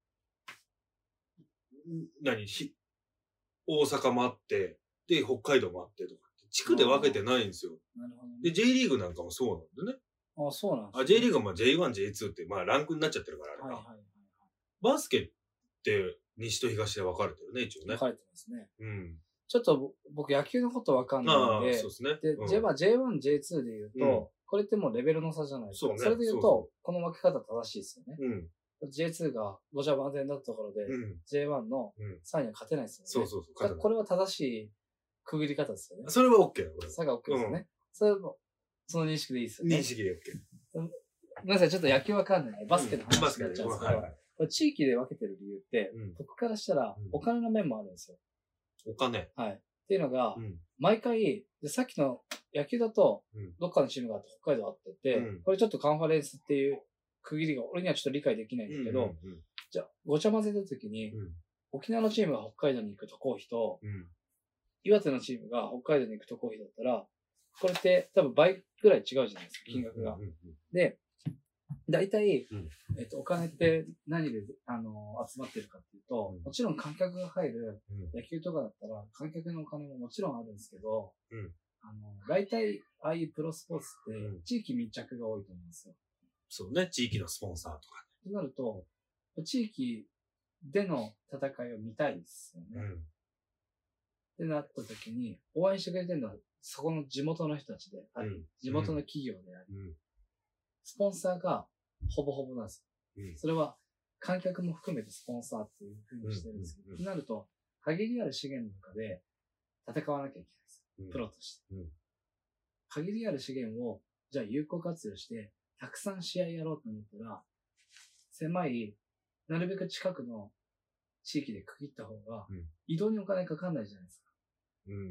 ー、何ひ、大阪もあって、で、北海道もあってとかって、地区で分けてないんですよ。 なるほどね。 で、J リーグなんかもそうなんだよね。 ああ、そうなんですね。あ、J リーグはまあ ジェイワン、ジェイツー って、まあランクになっちゃってるからあれか。はいはいはいはい、バスケって西と東で分かれてるね、一応ね。 分かれてますね。 うん。 ちょっと僕野球のこと分かんないので、 そうですね。 で、うん、ジェイワン、ジェイツー で言うと、うん、これってもうレベルの差じゃないですか。そうね。それで言うと、そうそうこの分け方正しいですよね。うん。ジェイツー がごちゃ混ぜになったところで、うん、ジェイワン のさんいには勝てないですよね。そうそうそう。これは正しい区切り方ですよね。 それは OK だ、これ。 差が OK ですよね。うん、それも、その認識でいいですよね。 認識で OK。 ごめんなさい、ちょっと野球わかんない。バスケの話になっちゃうんですけど、これ地域で分けてる理由って、うん、僕からしたらお金の面もあるんですよ。 お金はい。っていうのが、うん、毎回で、さっきの野球だと、どっかのチームがあって北海道あってて、うん、これちょっとカンファレンスっていう区切りが俺にはちょっと理解できないんだけど、うんうんうん、じゃあ、ごちゃ混ぜた時に、うん、沖縄のチームが北海道に行く渡航費と、うん、岩手のチームが北海道に行く渡航費だったら、これって多分倍ぐらい違うじゃないですか、金額が。うんうんうん、で、大体、うん、えっと、お金って何で、あの、集まってるかっていうと、うん、もちろん観客が入る野球とかだったら、観客のお金ももちろんあるんですけど、うん、あの、大体、ああいうプロスポーツって、地域密着が多いと思うんですよ。 そうね、地域のスポンサーとかね。となると、地域での戦いを見たいですよね。うん、ってなった時に、応援してくれてるのは、そこの地元の人たちであり、うん、地元の企業であり、うん、スポンサーがほぼほぼなんですよ。うん、それは観客も含めてスポンサーっていう風にしてるんですけど、うんうんうん、となると、限りある資源の中で戦わなきゃいけないです。うん、プロとして、うん。限りある資源を、じゃあ有効活用して、たくさん試合やろうと思ったら、狭い、なるべく近くの地域で区切った方が、うん、移動にお金かかんないじゃないですか。 うんうんうん、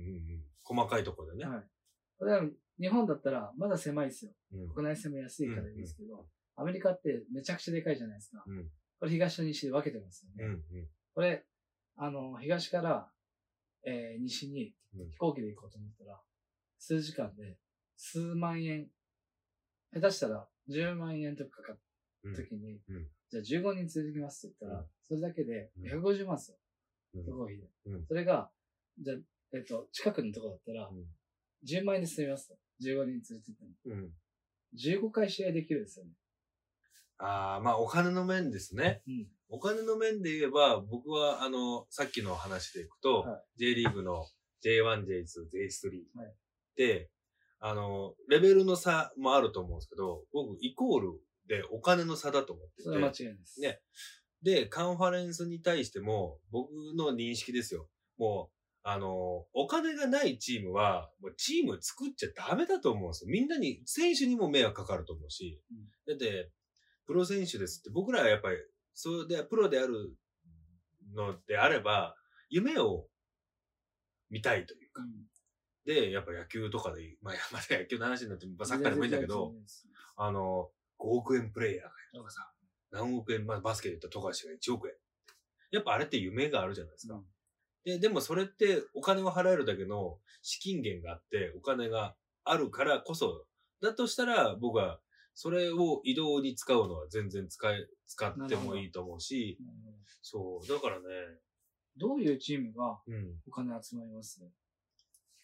細かいところでね。はい。 これは日本だったらまだ狭いですよ。うん、国内線も安いからいいですけど、うんうん、アメリカってめちゃくちゃでかいじゃないですか。うん、これ東と西で分けてますよね。うんうん、これ、あの、東から、えー、西に飛行機で行こうと思ったら、数時間で数万円、下手したらじゅうまんえんとかかかった時に、うんうん、じゃあじゅうごにん連れてきますって言ったら、うん、それだけでひゃくごじゅうまんですよ。飛行機で。うん、それが、じゃあ、えっと、近くのとこだったら、じゅうまんえんで済みますと。じゅうごにん連れてっても。うん。じゅうごかい試合できるんですよね。 ああ、まあお金の面ですね。うん。お金の面で言えば、僕はあの、さっきの話でいくと、はい、J リーグの ジェイワン、ジェイツー、ジェイスリー で、はい、あの、レベルの差もあると思うんですけど、僕イコールでお金の差だと思ってて。 それは間違いないです。 ね。で、カンファレンスに対しても、僕の認識ですよ。もう、あの、お金がないチームは、もうチーム作っちゃダメだと思うんですよ。みんなに、選手にも迷惑かかると思うし。うん、だって、プロ選手ですって、僕らはやっぱり、そうで、プロであるのであれば、夢を見たいというか。うん、で、やっぱ野球とかで、まあ、また野球の話になって、サッカーでもいいんだけど、あの、ごおくえんプレイヤーがいるとかさ、何億円、まあ、バスケで言ったら富樫がいちおくえん。やっぱあれって夢があるじゃないですか。うん、で、でもそれってお金を払えるだけの資金源があって、お金があるからこそ、だとしたら僕はそれを移動に使うのは全然使え、使ってもいいと思うし、そう、だからね。 どういうチームがお金集まりますね、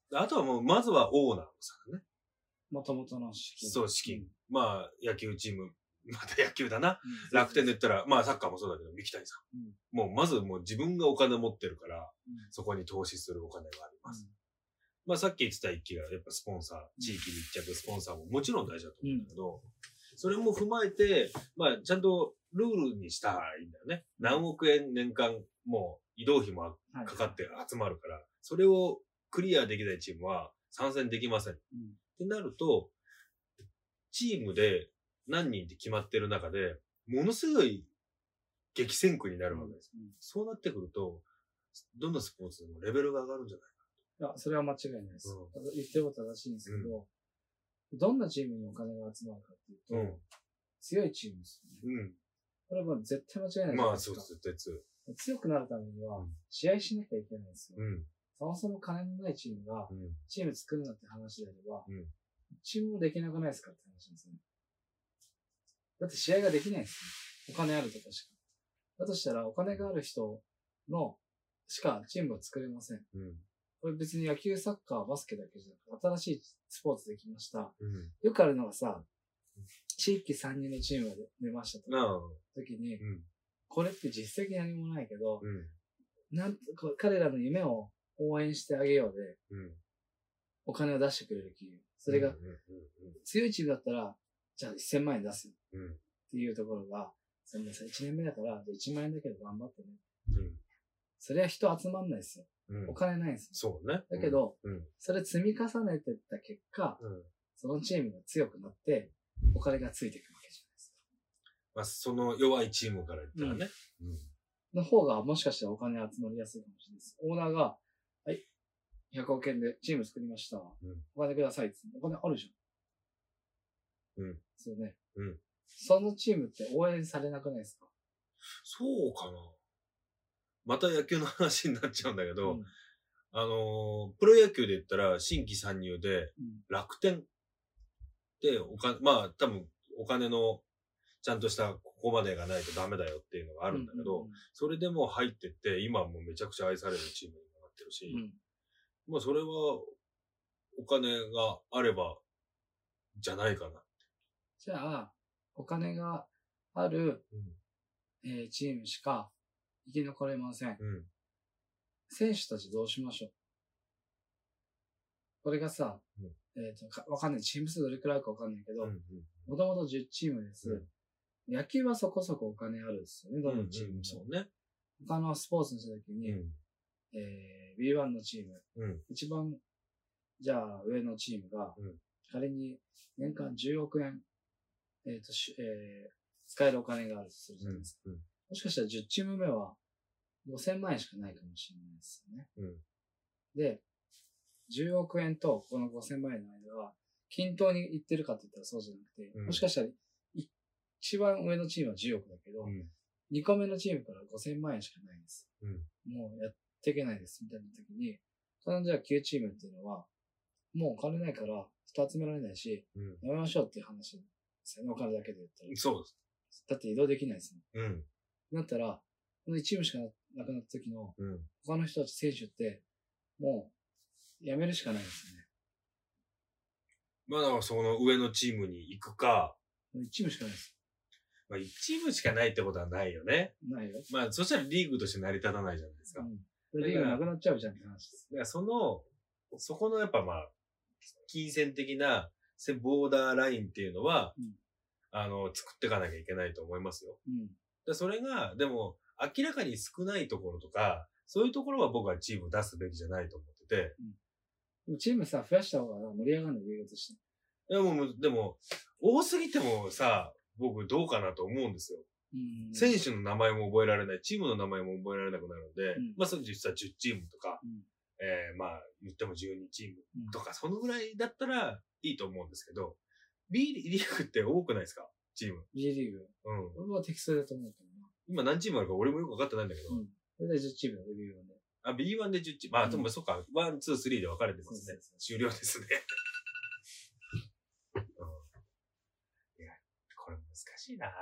あとはもう、まずはオーナーさんね。 もともとの資金。 そう、資金。うん、まあ、野球チーム、また野球だな。 うん、 楽天で言ったら、まあサッカーもそうだけど、三木谷さん。うん、もう、まずもう自分がお金持ってるから、うん、そこに投資するお金があります。うん、まあさっき言ってた一期が、やっぱスポンサー、地域密着スポンサーももちろん大事だと思うんだけど、うん、それも踏まえて、まあちゃんとルールにしたらいいんだよね。何億円年間、もう移動費もかかって集まるから、はい、それをクリアできないチームは参戦できません。うん、ってなると、チームで何人って決まってる中で、ものすごい激戦区になるわけです。うんうん、そうなってくると、どんなスポーツでもレベルが上がるんじゃないかな。いや、それは間違いないです。うん、言ってることは正しいんですけど、うん、どんなチームにお金が集まるかっていうと、うん、強いチームですよね。うん、これはもう絶対間違いないじゃないですか。 まあ、そうです、絶対強い。 強くなるためには、試合しなきゃいけないんですよ。うん、そもそも金のないチームが、チーム作るなって話であれば、うん、チームもできなくないですかって話なんですね。だって試合ができないんですよ。お金あるとこしか。だとしたら、お金がある人の、しかチームを作れません。うん、これ別に野球、サッカー、バスケだけじゃなくて、新しいスポーツできました。うん、よくあるのがさ、地域さんにんのチームが出ましたとか、時に、うん、これって実績何もないけど、うん、なんと彼らの夢を応援してあげようで、うん、お金を出してくれる企業。それが、強いチームだったら、じゃあせんまん円出すよ。うん、っていうところが、そのさ、いちねんめだから、じゃあいちまん円だけど頑張ってね。うん、それは人集まんないですよ。うん、お金ないんですよ。 そうね。 だけど、うん、それ積み重ねてった結果、うん、そのチームが強くなって、お金がついていくわけじゃないですか。 まあ、その弱いチームから言ったらね。 うんうん、の方が、もしかしたらお金集まりやすいかもしれないです。オーナーが、はい、ひゃくおくえんでチーム作りました。うん、お金くださいって。お金あるじゃん。うん。そうね。うん。そのチームって応援されなくないですか？ そうかな。また野球の話になっちゃうんだけど、うん、あのー、プロ野球で言ったら新規参入で、楽天でお金、まあ多分お金のちゃんとしたここまでがないとダメだよっていうのがあるんだけど、うんうんうん、それでも入ってって、今もうめちゃくちゃ愛されるチームになってるし、うん、まあそれはお金があればじゃないかな。 じゃあ、お金がある、うん、えー、チームしか生き残れません。うん、選手たちどうしましょう？これがさ、うん、えっ、ー、と、わかんない。チーム数どれくらいあるかわかんないけど、もともとじゅうチームです、うん。野球はそこそこお金あるんですよね、どのチームも。うんうん、そうね。他のスポーツのしたときに、うん、えー、ビーワン のチーム、うん、一番、じゃあ上のチームが、うん、仮に年間じゅうおくえん、えっ、ー、と、えー、使えるお金があるとするじゃないですか。うんうん、もしかしたらじゅうチーム目はごせんまん円しかないかもしれないですよね。うん、で、じゅうおくえんとこのごせんまん円の間は均等にいってるかって言ったらそうじゃなくて、うん、もしかしたら一番上のチームはじゅうおくだけど、うん、にこめのチームからごせんまん円しかないんです。うん、もうやっていけないですみたいな時に、そのじゃあきゅうチームっていうのは、もうお金ないから人集められないし、うん、やめましょうっていう話ですよね、お金だけで言ったら。 そうです。 だって移動できないですもん。うん。だったら、このいちチームしかなくなった時の、うん、他の人たち選手って、もう、やめるしかないですね。 まあだからその上のチームに行くか。 いちチームしかないです。 まあいちチームしかないってことはないよね。 ないよ。 まあそしたらリーグとして成り立たないじゃないですか。うん、 リーグなくなっちゃうじゃんって話です。 だからその、そこのやっぱまあ、金銭的なボーダーラインっていうのは、うん、あの、作っていかなきゃいけないと思いますよ。うん、でそれが、でも、明らかに少ないところとか、そういうところは僕はチーム出すべきじゃないと思ってて。 うん、チームさ、増やした方が盛り上がるの理由として。 いやもう、でも、多すぎてもさ、僕どうかなと思うんですよ。うん、選手の名前も覚えられない、チームの名前も覚えられなくなるので、うん、まあそれ実際じゅうチームとか、うん、えー、まあ言ってもじゅうにチームとか、そのぐらいだったらいいと思うんですけど、B リーグって多くないですか？チーム。 B リーグ。うん。俺は適正だと思うけどな。 今何チームあるか俺もよくわかってないんだけど。うん。 それでじゅうチームだね、ビーワン で。 あ、ビーワン でじゅうチーム。まあ、でもそうか。いち、に、さんで分かれてますね。終了ですね。うん。いや、これ難しいなぁ。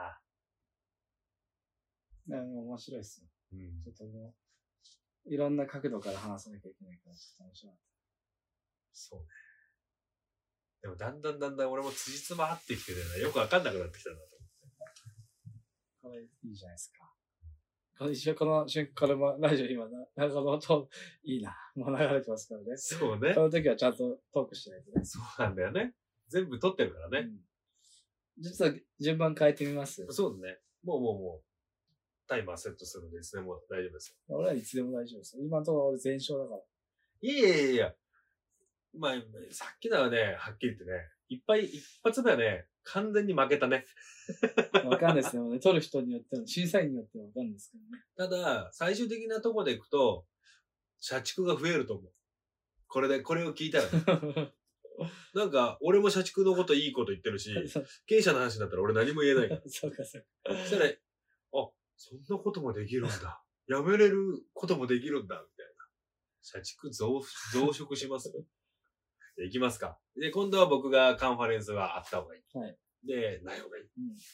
いや、面白いっすよ。うん。ちょっともう、いろんな角度から話さなきゃいけないから、ちょっと面白い。 そうね。でもだんだんだんだん俺も辻褄合ってきてるよね。よくわかんなくなってきたなとこれいいじゃないですか。この一応この瞬間、これもラジオ今な、なんかこのと、いいな。もう流れてますからね。 そうねこ。の時はちゃんとトークしないとね。 そうなんだよね。全部撮ってるからね。 うん。実は順番変えてみます。 そうだね。もうもうもう、タイマーセットするんでいつでも大丈夫ですよ。 俺はいつでも大丈夫ですよ。今のところ俺全勝だから。 いやいやいや。まあ、さっきのはね、はっきり言ってね、いっぱい、一発目はね、完全に負けたね。 わかんないですよね。取る人によっても、審査員によってもわかんないですけどね。 ただ、最終的なところでいくと、社畜が増えると思う。これで、これを聞いたら、ね、なんか、俺も社畜のこといいこと言ってるし、経営者の話になったら俺何も言えないから。 そうか、そうか。 そしたら、あ、そんなこともできるんだ。やめれることもできるんだ、みたいな。社畜増、増殖しますいきますか。で、今度は僕がカンファレンスはあった方がいい。 はい。 で、ない方がいい。うん、じ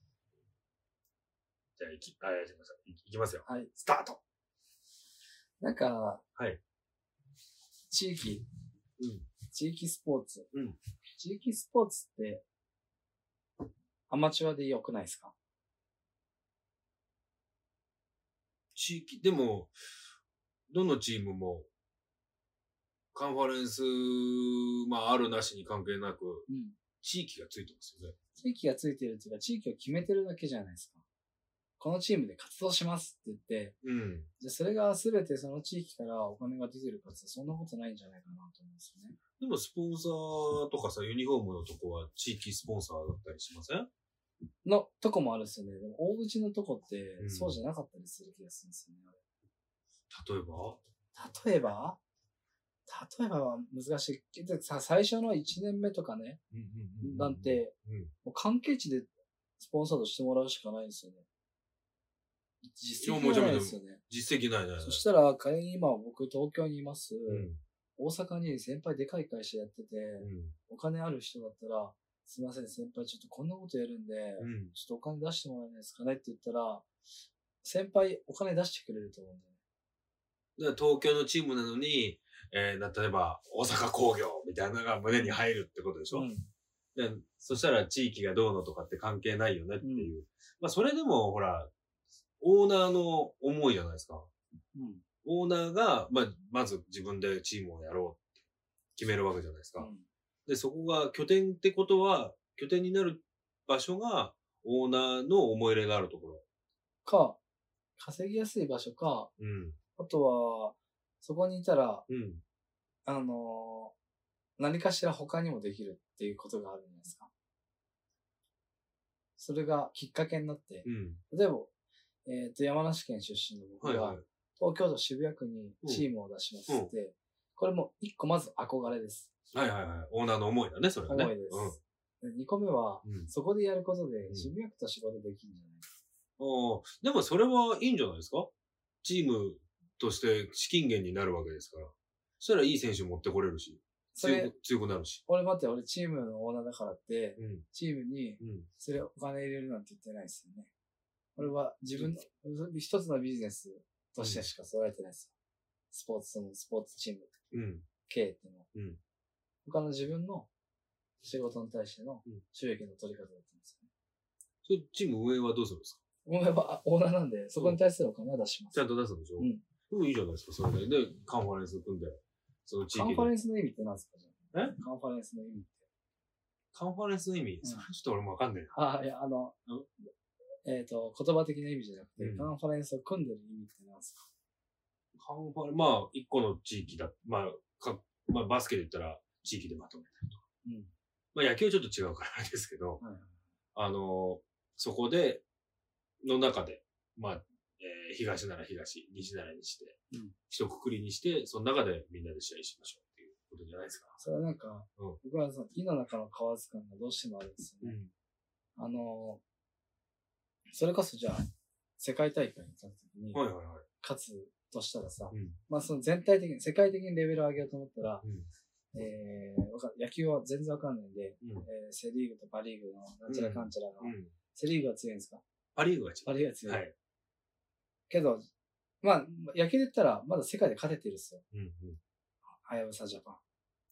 ゃあ、いき、あ、やりました。いきますよ。 はい。 スタート。 なんか、 はい。 地域。 うん。 地域スポーツ。 うん。 地域スポーツって、アマチュアで良くないですか？ 地域、でも、どのチームも、カンファレンス、まあ、あるなしに関係なく、うん、地域がついてますよね。 地域がついてるっていうか、地域を決めてるだけじゃないですか。このチームで活動しますって言って、うん、じゃあそれが全てその地域からお金が出てるかってそんなことないんじゃないかなと思うんですよね。 でもスポンサーとかさ、ユニフォームのとこは地域スポンサーだったりしません？ のとこもあるんですよね。でも大口のとこってそうじゃなかったりする気がするんですよね。 例えば例えば例えばは難しい。さ、最初のいちねんめとかね、なんて、もう関係値でスポンサードしてもらうしかないんですよね。実績がないですよね。 実績ないね。 そしたら、仮に今僕東京にいます。うん、大阪に先輩でかい会社やってて、うん、お金ある人だったら、すいません、先輩ちょっとこんなことやるんで、うん、ちょっとお金出してもらえないですかねって言ったら、先輩お金出してくれると思うんだよね。 東京のチームなのに、えー、例えば、大阪工業みたいなのが胸に入るってことでしょ、うん、でそしたら地域がどうのとかって関係ないよねっていう。うん、まあ、それでも、ほら、オーナーの思いじゃないですか。うん、オーナーが、まあ、まず自分でチームをやろうって決めるわけじゃないですか。うん、で、そこが拠点ってことは、拠点になる場所が、オーナーの思い入れがあるところ。 か、稼ぎやすい場所か、うん、あとは、そこにいたら、うん、あのー、何かしら他にもできるっていうことがあるんじゃないですか。それがきっかけになって、うん、例えば、えっと、山梨県出身の僕が、はいはい、東京都渋谷区にチームを出しますって、うん、これも一個まず憧れです。 はいはいはい。オーナーの思いだね、それはね。 思いです。うん、二個目は、うん、そこでやることで渋谷区と仕事できるんじゃないですか。 ああ、でもそれはいいんじゃないですか？チームとして資金源になるわけですから。そしたらいい選手持ってこれるし、強く、強くなるし。 俺待って、俺チームのオーナーだからって、うん、チームに、それお金入れるなんて言ってないですよね。俺は自分の、一つのビジネスとしてしか捉えてないですよ。スポーツ、そのスポーツチーム、うん、経営っていうのは、うん。他の自分の仕事に対しての収益の取り方だったんですよね。 それチーム運営はどうするんですか？ 運営はオーナーなんで、そこに対するお金は出します。 ちゃんと出すんでしょ？うん。でもいいじゃないですか、それで。で、カンファレンス組んで。その地域カンファレンスの意味って何ですか？じゃあえカンファレンスの意味って。 カンファレンスの意味、うん、それちょっと俺もわかんないな。 ああ、いや、あの、えっ、ー、と、言葉的な意味じゃなくて、うん、カンファレンスを組んでる意味って何ですか？カンファレンス、まあ、一個の地域だ。まあ、か、まあ、バスケで言ったら地域でまとめたりとか。うん。まあ、野球はちょっと違うからあれですけど、はい、あの、そこで、の中で、まあ、えー、東なら東、西なら西で、うん、一括りにして、その中でみんなで試合しましょうっていうことじゃないですか。 それはなんか、うん、僕はその、井の中の蛙感がどうしてもあるんですよね。うん、あの、それこそじゃあ、世界大会に立つときに、はいはいはい、勝つとしたらさ、うん、まあその全体的に、世界的にレベルを上げようと思ったら、うん、えー、わか野球は全然わかんないんで、うん、えー、セリーグとパリーグのなんちゃらかんちゃらが、うん、セリーグは強いんですか？ パリーグは強い。 パリーグは強い。はい。けど、まあ、野球で言ったら、まだ世界で勝ててるんですよ。うんうん。はやぶさジャパン。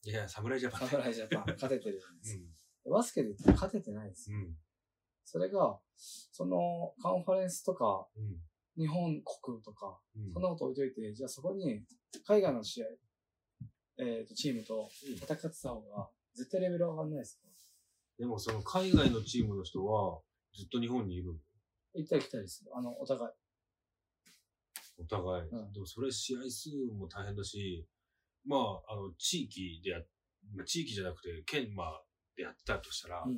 いや、侍ジャパン。 侍ジャパン、勝ててるじゃないですか。 うバスケで言ったら勝ててないですよ。 ん。うん。 それが、その、カンファレンスとか、 うん。 日本国とか、 うん。 そんなこと置いといて、じゃあそこに、海外の試合、えっと、チームと戦ってた方が、絶対レベル上がんないですか？ でもその海外のチームの人は、ずっと日本にいるの？ 行ったり来たりする。あの、お互い。 お互い。 うんでもそれ試合数も大変だし、まあ、あの、地域でや、まあ、地域じゃなくて、県、まあ、でやったとしたら、 うん。 も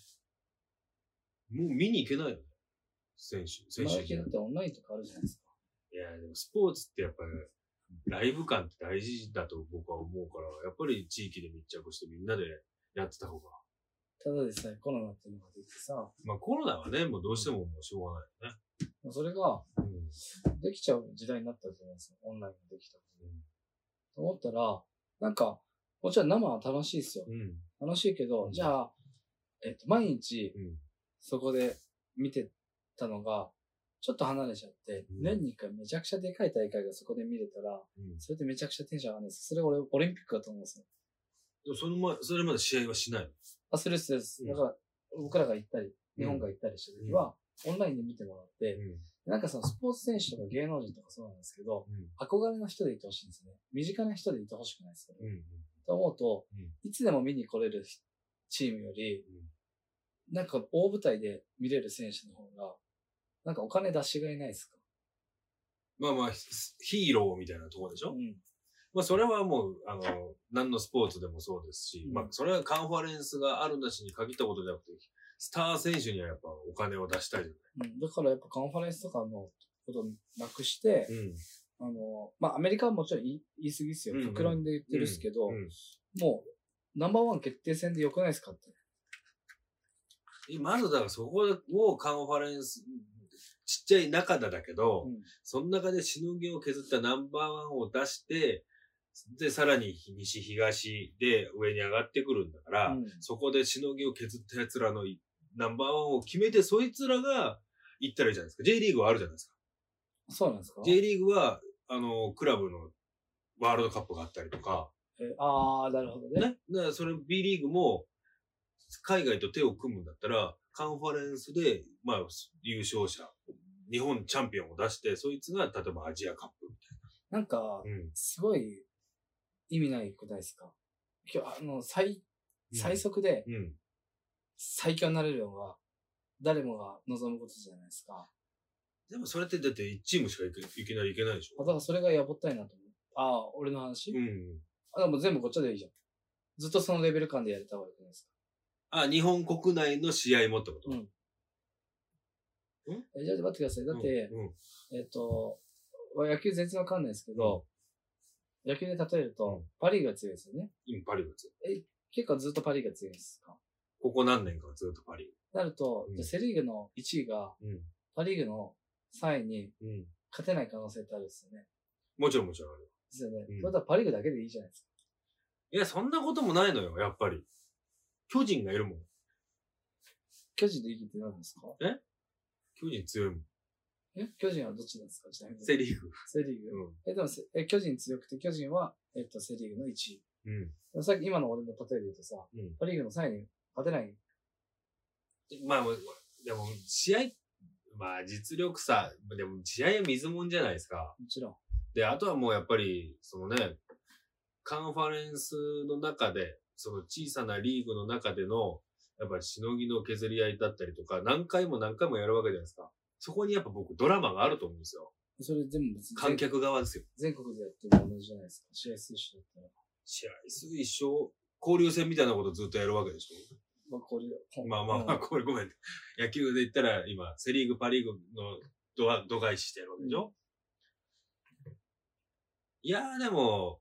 う見に行けないよね。選手、選手今だけだってオンラインとかあるじゃないですか。 いや、でもスポーツってやっぱり、ライブ感って大事だと僕は思うから、やっぱり地域で密着してみんなでやってた方が。 ただでさえコロナっていうのができてさ、 まあコロナはね、もうどうしてももうしょうがないよね。 それがうん。 できちゃう時代になったじゃないですか。オンラインができた。 うん。 と思ったら、なんか、もちろん生は楽しいですよ。 うん。 楽しいけど、 うんじゃあ、えっと、毎日うん。 そこで見てたのが、ちょっと離れちゃって、 うん年に一回めちゃくちゃでかい大会がそこで見れたら、 うん。 それってめちゃくちゃテンション上がるんです。それ俺、オリンピックだと思うんですよ。 でもその前、それまで試合はしないの？ あ、するするです。 うんだから、僕らが行ったり、日本が行ったりした時は、オンラインで見てもらって、 うん。 なんかそのスポーツ選手とか芸能人とかそうなんですけど、 うん。 憧れの人でいてほしいんですね。身近な人でいてほしくないですよ。 うん。 と思うと、 うん。 いつでも見に来れるチームより、 うん。 なんか大舞台で見れる選手の方が、なんかお金出しがいないですか？ まあまあ、ヒヒーローみたいなところでしょ？ うん。 まあそれはもう、あの、何のスポーツでもそうですし、 うんまあそれはカンファレンスがあるなしに限ったことじゃなくて、スター選手にはやっぱお金を出したいじゃうん。だからやっぱカンファレンスとかのことをなくして、 ない。うん。 あの、まあアメリカはもちろん言い言い過ぎですよ。 うんうん極論で言ってるっすけど、 うんもう、ナンバーワン決定戦で良くないですかって。 うん、まずだからそこをカンファレンス、ちっちゃい中だだけど、 うんその中でしのぎを削ったナンバーワンを出して、で、さらに西東で上に上がってくるんだから、 うんそこでしのぎを削った奴らのナンバーワンを決めて、そいつらが行ったらいいじゃないですか。J リーグはあるじゃないですか。 そうなんですか？ J リーグは、あの、クラブのワールドカップがあったりとか、 えあー、なるほどね。 ね。だからそれ B リーグも、海外と手を組むんだったら、カンファレンスで、まあ、優勝者、日本チャンピオンを出して、そいつが、例えばアジアカップみなんか、 たいな。うん。 すごい意味ないくないですか？今日、あの、最、最速でうん。 最強になれるのは、誰もが望むことじゃないですか。 でもそれってだっていちチームしかいけいけないいけないでしょ。 あだからそれがやぼったいなと思う。ああ、俺の話、 うん。 あ、でも全部こっちでいいじゃん。ずっとそのレベル感でやれた方がいいじゃないですあ、日本国内の試合もってこと？ か。うん。 んえじゃあ待ってください。だって、 うん。 えっと、野球全然わかんないですけど、野球で例えると、 うんパリーグが強いですよね。 今パリーグです。 結構ずっとパリーグが強いですか？ ここ何年かずっとパリーなると、 うんじゃあセリーグのいちいが、 グ。うん。 パリーグのさんいにうん。 勝てない可能性ってあるんですよね。 もちろんもちろんある。 ですよね。 うんそれだったらパリーグだけでいいじゃないですか。 いや、そんなこともないのよ、やっぱり。巨人がいるもん。 巨人の意義って何ですか？ 巨人強いもん。 え巨人はどっちなんですか？ちなみに。 セリーグ。 セリーグ。 うん。 え、でもせ、え、巨人強くて、巨人は、えっと、セリーグのいちい。 うん。 でもさっき、今の俺の例えで言うとさ、 うん。 パリーグのさんいに勝てない。 まあ、もうでも、試合、まあ、実力差、でも、試合は水もんじゃないですか。 もちろん。 で、あとはもうやっぱり、そのね、カンファレンスの中で、その小さなリーグの中での、やっぱりしのぎの削り合いだったりとか、何回も何回もやるわけじゃないですか。そこにやっぱ僕、ドラマがあると思うんですよ。 それ全部別に観客側ですよ。 全国でやってるものじゃないですか。試合数種だったら。 試合数一生、交流戦みたいなことずっとやるわけでしょ。 まあ、これ、 まあまあまあ、これごめん。野球で言ったら今、セリーグ、パリーグの度は度外視してやるわけでしょ、うん、いやーでも、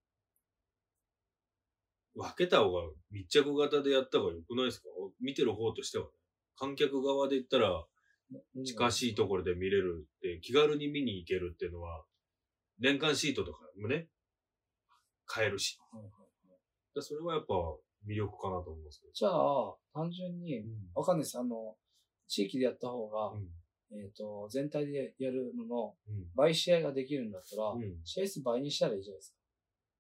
分けた方が密着型でやった方が良くないですか？見てる方としてはね。観客側で言ったら、近しいところで見れるって、気軽に見に行けるっていうのは、年間シートとかもね、買えるし。 はいはいはい、 それはやっぱ魅力かなと思いますけど。 じゃあ、単純に、 うん、 わかんないです。あの、地域でやった方が、 うん、 えっと、全体でやるののうん、 倍試合ができるんだったら、 うん、 試合数倍にしたらいいじゃないですか。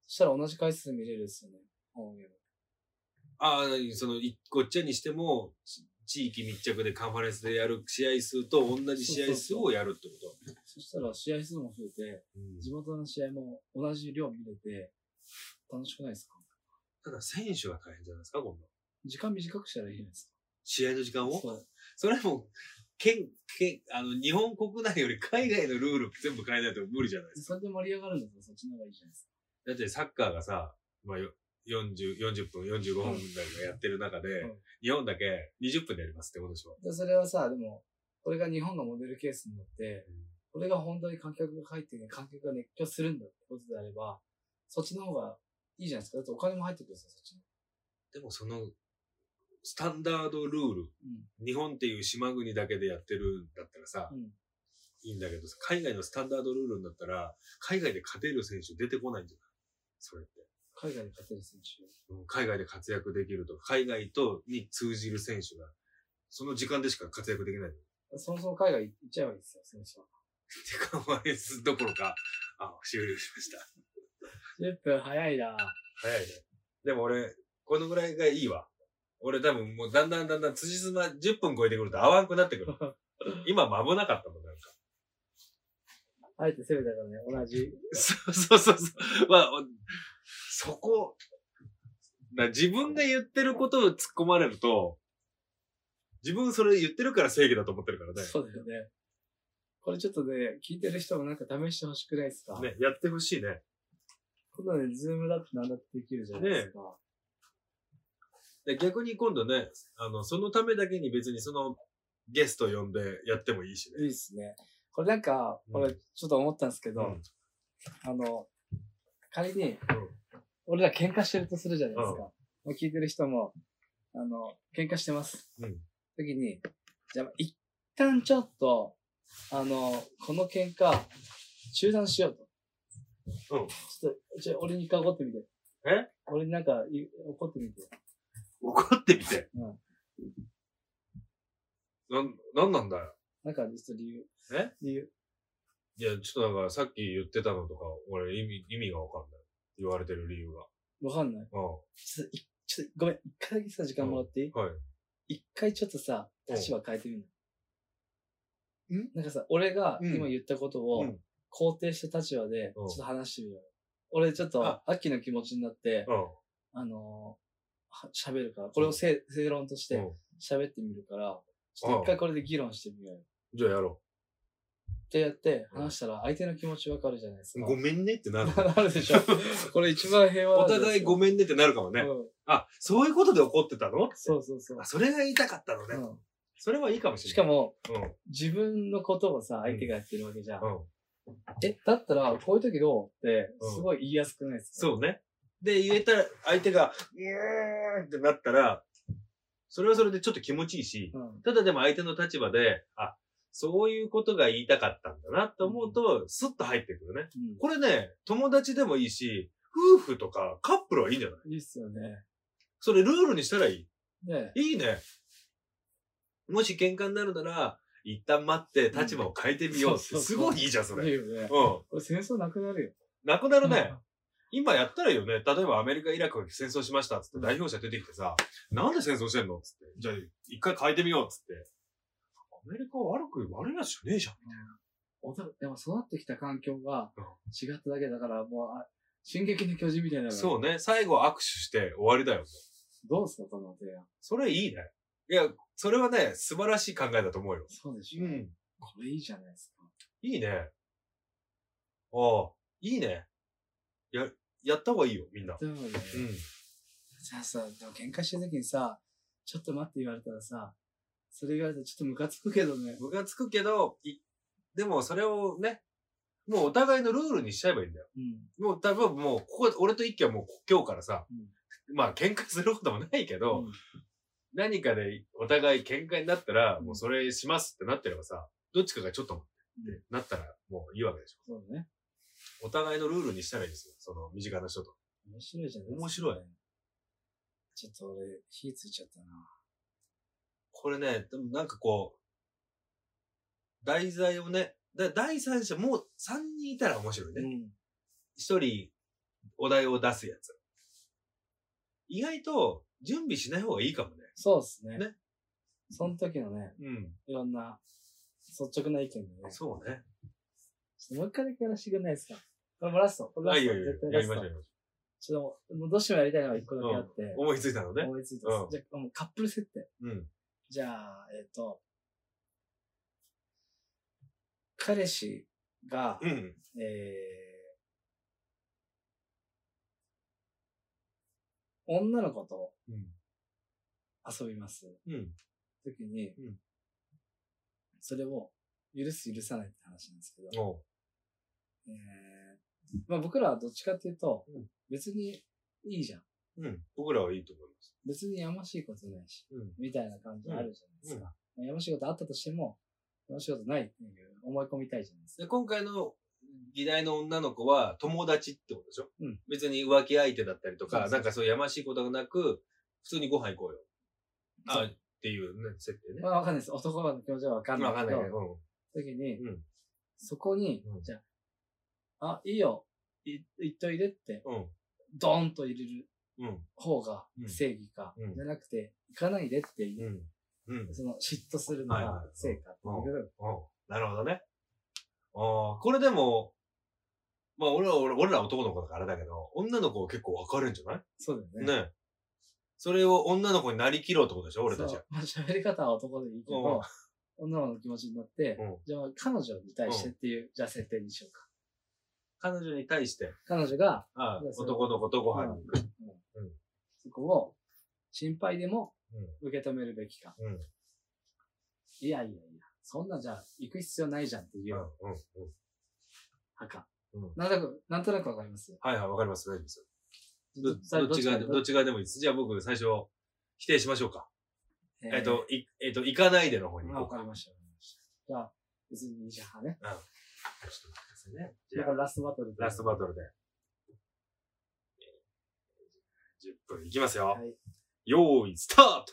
そしたら同じ回数見れるですよね。ホームゲーム。 ああ、その、いごっちゃにしても、地域密着でカンファレンスでやる試合数と同じ試合数をやるってこと。 そうそうそう。そしたら試合数も増えて、うん、地元の試合も同じ量見れて、楽しくないですか？ ただ選手が大変じゃないですか、今度。 時間短くしたらいいじゃないですか。 試合の時間を？そう。それも、県、県、あの、日本国内より海外のルール全部変えないと無理じゃないですか。 それで盛り上がるんだったらそっちの方がいいじゃないですか。 だってサッカーがさ、まあ、よんじゅう、よんじゅっぷん、よんじゅうごふん台がやってる中で、うん、日本だけにじゅっぷんでやりますってことでしょ。 でそれはさ、でも、これが日本がモデルケースになって、うん、これが本当に観客が入ってね、観客が熱狂するんだってことであれば、そっちの方がいいじゃないですか。だってお金も入ってくるんですよ、そっちの。 でもその、スタンダードルール、うん、日本っていう島国だけでやってるんだったらさ、うん、いいんだけど、海外のスタンダードルールになったら、海外で勝てる選手出てこないんじゃない？それって。 海外で勝てる選手、 うん、海外で活躍できるとか、海外とに通じる選手が、その時間でしか活躍できない。 そもそも海外行っちゃえばいいですよ、選手は。 時間割れすどころか、あ、終了しました。 じゅっぷん早いな。 早いね。でも俺、このぐらいがいいわ。俺多分もうだんだんだんだん辻褄じゅっぷん超えてくると合わんくなってくる。今も危なかったもん、なんか。 あえて攻めたからね、同じ。 そうそうそうそう。まあ、そこ、だ自分が言ってることを突っ込まれると、自分それ言ってるから正義だと思ってるからね。 そうだよね。これちょっとね、聞いてる人もなんか試してほしくないですか？ ね、やってほしいね。 このね、ズームだって何だってできるじゃないですか。ね、 で逆に今度ね、あの、そのためだけに別にそのゲスト呼んでやってもいいしね。 いいですね。これなんか、うん、俺ちょっと思ったんですけど、うん、あの、仮に、うん、俺ら喧嘩してるとするじゃないですか。もう聞いてる人も、あの、喧嘩してます。うん。時に、じゃあ、一旦ちょっと、あの、この喧嘩、中断しようと。うん。ちょっと、ちょ、俺に一回怒ってみて。 え？ 俺になんか、怒ってみて。 怒ってみて。うん。なん、なんなんだよ。 なんか、実は理由。 え？ 理由。 いや、ちょっとなんか、さっき言ってたのとか、俺意味、意味がわかんない。言われてる理由が。 わかんない？うん。ちょっと、ちょっと、ごめん、一回だけさ、時間もらっていい？ はい。 一回ちょっとさ、立場変えてみる。ん？なんかさ、俺が今言ったことを肯定した立場で、ちょっと話してみよう。俺ちょっと、アッキーの気持ちになって、あのー、喋るから、これを正論として喋ってみるから、ちょっと一回これで議論してみようよ。 じゃあやろう。 ってやって話したら相手の気持ちわかるじゃないですか。 ごめんねってなる。 なるでしょ。これ一番平和お互いごめんねってなるかもね。うん、あ、そういうことで怒ってたの？ そうそうそう。 あ、それが言いたかったのね。うん、それはいいかもしれない。 しかも、うん、自分のことをさ、相手がやってるわけじゃん。うん、え、だったら、こういう時どうって、すごい言いやすくないですか？ そうね。で、言えたら、相手が、うーんってなったら、それはそれでちょっと気持ちいいし、うん、ただでも相手の立場で、あ、そういうことが言いたかったんだなと思うと、スッと入ってくるね、うん。これね、友達でもいいし、夫婦とかカップルはいいんじゃない？ いいっすよね。 それルールにしたらいい。 ね、 いいね。もし喧嘩になるなら、一旦待って立場を変えてみようって、すごいいいじゃん、それ。 いいよね。うん。これ戦争なくなるよ。 なくなるね。今やったらいいよね。例えばアメリカ、イラクが戦争しましたっつって代表者出てきてさ、なんで戦争してんのっつって。じゃあ、一回変えてみようっつって。アメリカは悪く、悪いやつじゃねえじゃん。 みたいな。でも育ってきた環境が違っただけだから、もう、進撃の巨人みたいな。 そうね。最後握手して終わりだよ。 どうすか、この提案。 それいいね。いや、それはね、素晴らしい考えだと思うよ。 そうでしょ。うん。これいいじゃないですか。 いいね。ああ、いいね。や、やった方がいいよ、みんな。 でもね。うん。じゃあさ、でも喧嘩してる時にさ、ちょっと待って言われたらさ、それ言われたらちょっとムカつくけどね。 ムカつくけど、い、でもそれをね、もうお互いのルールにしちゃえばいいんだよ。うん。もう多分もう、ここ、俺と一輝はもう今日からさ、うん、まあ喧嘩することもないけど、うん、何かでお互い喧嘩になったら、もうそれしますってなってればさ、どっちかがちょっと待ってってなったらもういいわけでしょ。 そうね。 お互いのルールにしたらいいですよ。その身近な人と。 面白いじゃないですか。 面白い。 ちょっと俺、火ついちゃったな。 これね、でもなんかこう、題材をね、だ第三者、もうさんにんいたら面白いね。うん、ひとりお題を出すやつ。意外と準備しない方がいいかもね。 そうですね。 ね。 その時のね、 うん。 いろんな率直な意見でね。 そうね。 ちょっともう一回だけやらせてくれないですか？これもラスト。これラスト。 あ、いやいやいや絶対ラスト。 やりましょう、やりましちょっともう、どうしてもやりたいのが一個だけあって。 ょう。思いついたのね。 思いついたんです。 うんじゃあ、もうカップル設定。 うん。 じゃあ、えっと、彼氏が、 うん。 えー、女の子とうん。 遊びます。 うん。 時に、 うんそれを許す許さないって話なんですけど、 おう。 えー、まあ僕らはどっちかっていうと、 うん別にいいじゃん。 うん。僕らはいいと思います。 別にやましいことないし、 うん。 みたいな感じあるじゃないですか。まあやましいことあったとしても、やましいことないっていう思い込みたいじゃないですか。 で、今回の議題の女の子は友達ってことでしょ？ うん。 別に浮気相手だったりとか、 そうそうなんかそういうやましいことがなく、普通にご飯行こうよ。 そうあっていうね、設定ね。 まあわかんないです。男の気持ちはわかんないけど、 わかんないけど。 時に、 うん。 そこに、 うんじゃあ、あ、いいよ、い言っといでって、 うん。 ドーンと入れるうん。 方がうん正義か、 うんじゃなくて、行かないでっていうう、 ん。うん。 その嫉妬するのがはいはい正義かっていう、 うん。なるほどね。ああ、これでも、まあ俺は、俺俺ら男の子だからあれだけど、女の子は結構分かるんじゃない？ そうだよね。 ね。それを女の子になりきろうってことでしょ？俺たちはそう。まあ喋り方は男でいいけど、女の子の気持ちになって、 うんじゃあ彼女に対してっていう、じゃあ設定にしようか。 彼女に対して、 彼女が、 ああじゃあそれ男の子とご飯に行く。うんそこを心配でもう受け止めるべきか。 ん。うん。 いやいやいや、そんなじゃあ行く必要ないじゃんっていううん。うん。 派か。 うん。 なんとなく、なんとなくわかりますはいはい、わかります。大丈夫です。どさあどっちが、 かどっちがでもいいです。じゃあ僕最初、否定しましょうか。 えーえっと、い、えっと、行かないでの方にあ行こうか。 わかりました。わかりましたじゃあ、別にいいじゃん派ね。 うん。ちょっと待ってくださいね。じゃあだから、ラストバトルで。 ラストバトルで。じゅっぷんいきますよ。 はい。 よーい、スタート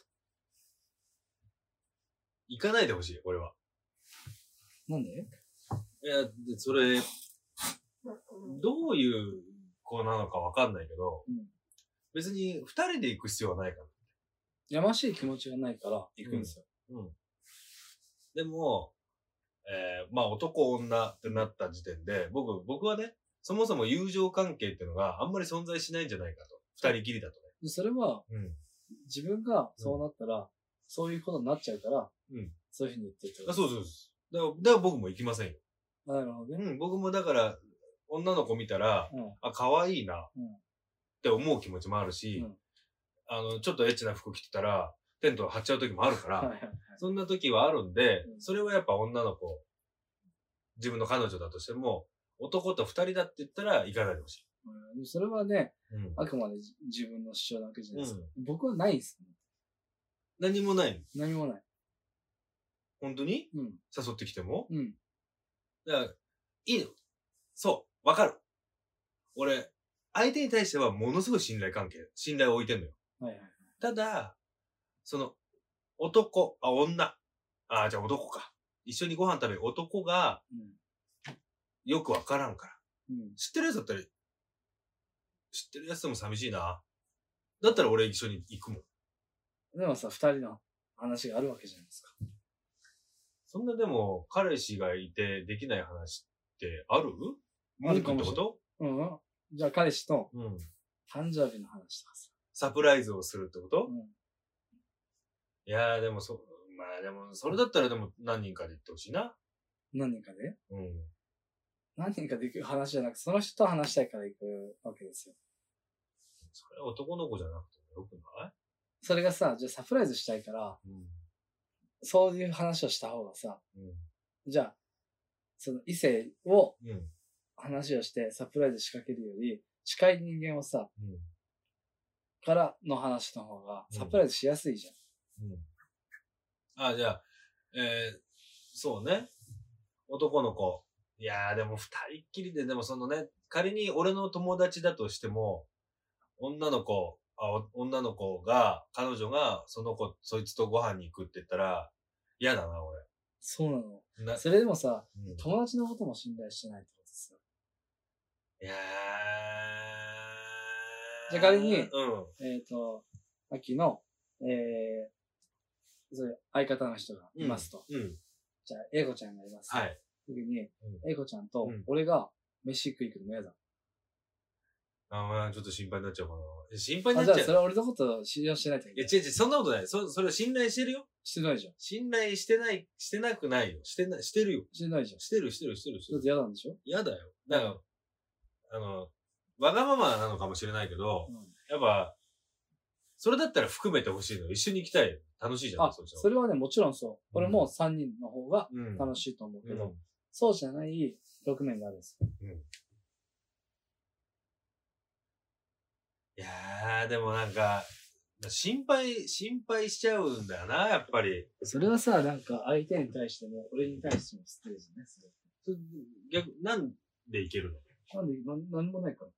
行かないでほしい、これは。 なんでいや、でそれ、どういう子なのかわかんないけど、 うん別に二人で行く必要はないから。 やましい気持ちがないから行くんですよ。 うん。でも、えー、まあ男女ってなった時点で、僕、僕はね、そもそも友情関係っていうのがあんまり存在しないんじゃないかと。二人きりだとでそれは、 ね。 自分がそうなったら、そういうことになっちゃうから、 うん。 そういうふうに言ってるってうん。 ことあ、そうそうそう。だから、だから僕も行きませんよ。 なるほどね。 うん。僕もだから、女の子見たら、 うん。 あ、可愛いなっうん。 て思う気持ちもあるし、 うんあの、ちょっとエッチな服着てたら、テント張っちゃう時もあるから、 はいはいはい。 そんな時はあるんで、 うんそれはやっぱ女の子、自分の彼女だとしても、男と二人だって言ったら行かないでほしい。 うんそれはね、 うん。 あくまでじ自分の主張なわけじゃないですか。 う僕はないですね。 何もないの。 何もない。 本当にうん。 誘ってきてもうん。 だから、いいの。そう。わかる。俺、相手に対してはものすごい信頼関係、信頼を置いてんのよ。 はいはいはい。 ただ、その、男、あ、女。あ、じゃあ男か。一緒にご飯食べる男がよくわからんから。 うん。うん。 知ってるやつだったら、知ってるやつでも寂しいな。だったら俺一緒に行くもん。 でもさ、二人の話があるわけじゃないですか。 そんなでも、彼氏がいてできない話ってあるあるかもしれない文句ってことうん。じゃあ彼氏とうん。 誕生日の話とかさ。 サプライズをするってこと、 うん。 いやーでもそ、まあでも、それだったらでも何人かで行ってほしいな。 何人かでうん。 何人かで行く話じゃなくて、その人と話したいから行くわけですよ。 それは男の子じゃなくてもよくない？ それがさ、じゃあサプライズしたいから、 うん。 そういう話をした方がさ、 うん。 じゃあ、その異性をうん。 話をしてサプライズ仕掛けるより、近い人間をさ、 うん。 からの話の方がうんサプライズしやすいじゃん。 うん。あ、じゃあ、えー、そうね。男の子。いやーでも二人っきりで、でもそのね、仮に俺の友達だとしても、女の子、あ、お女の子が、彼女がその子、そいつとご飯に行くって言ったら、嫌だな、俺。 そうなの。 な、 それでもさ、 うん、 友達のことも信頼してないってことですよ。 いやじゃあ仮に、 うん。 えっ、と、さっきの、えー、それ、相方の人がいますと。 うん。 じゃあ、英子ちゃんがいます。 はい。 時に、 うん英子ちゃんとうん、 俺が飯食い行くのも嫌だ。 ああ、ちょっと心配になっちゃうかな。え心配にあ、 なっちゃう。 じゃあそれは俺のこと信用してないといいや、 けない。 違う違う、そんなことない。そ、それは信頼してるよ。 してないじゃん。 信頼してない、してなくないよ。してな、してるよ。 してないじゃん。 してる、してる、してる、してる。 だって嫌なんでしょ？ 嫌だよ。だから、あの、わがままなのかもしれないけど、 うん。 やっぱ、それだったら含めてほしいの。一緒に行きたい。楽しいじゃん。 あ、それはね、もちろんそう。俺もさんにんの方がうん。 楽しいと思うけど、 うん。 そうじゃない側面があるんですよ。 うん。いやー、でもなんか、心配、心配しちゃうんだよな、やっぱり。 それはさ、なんか相手に対しても、俺に対しても失礼じゃね、それ。 それ逆、なんでいけるの？ なんで、なん、なんもないから。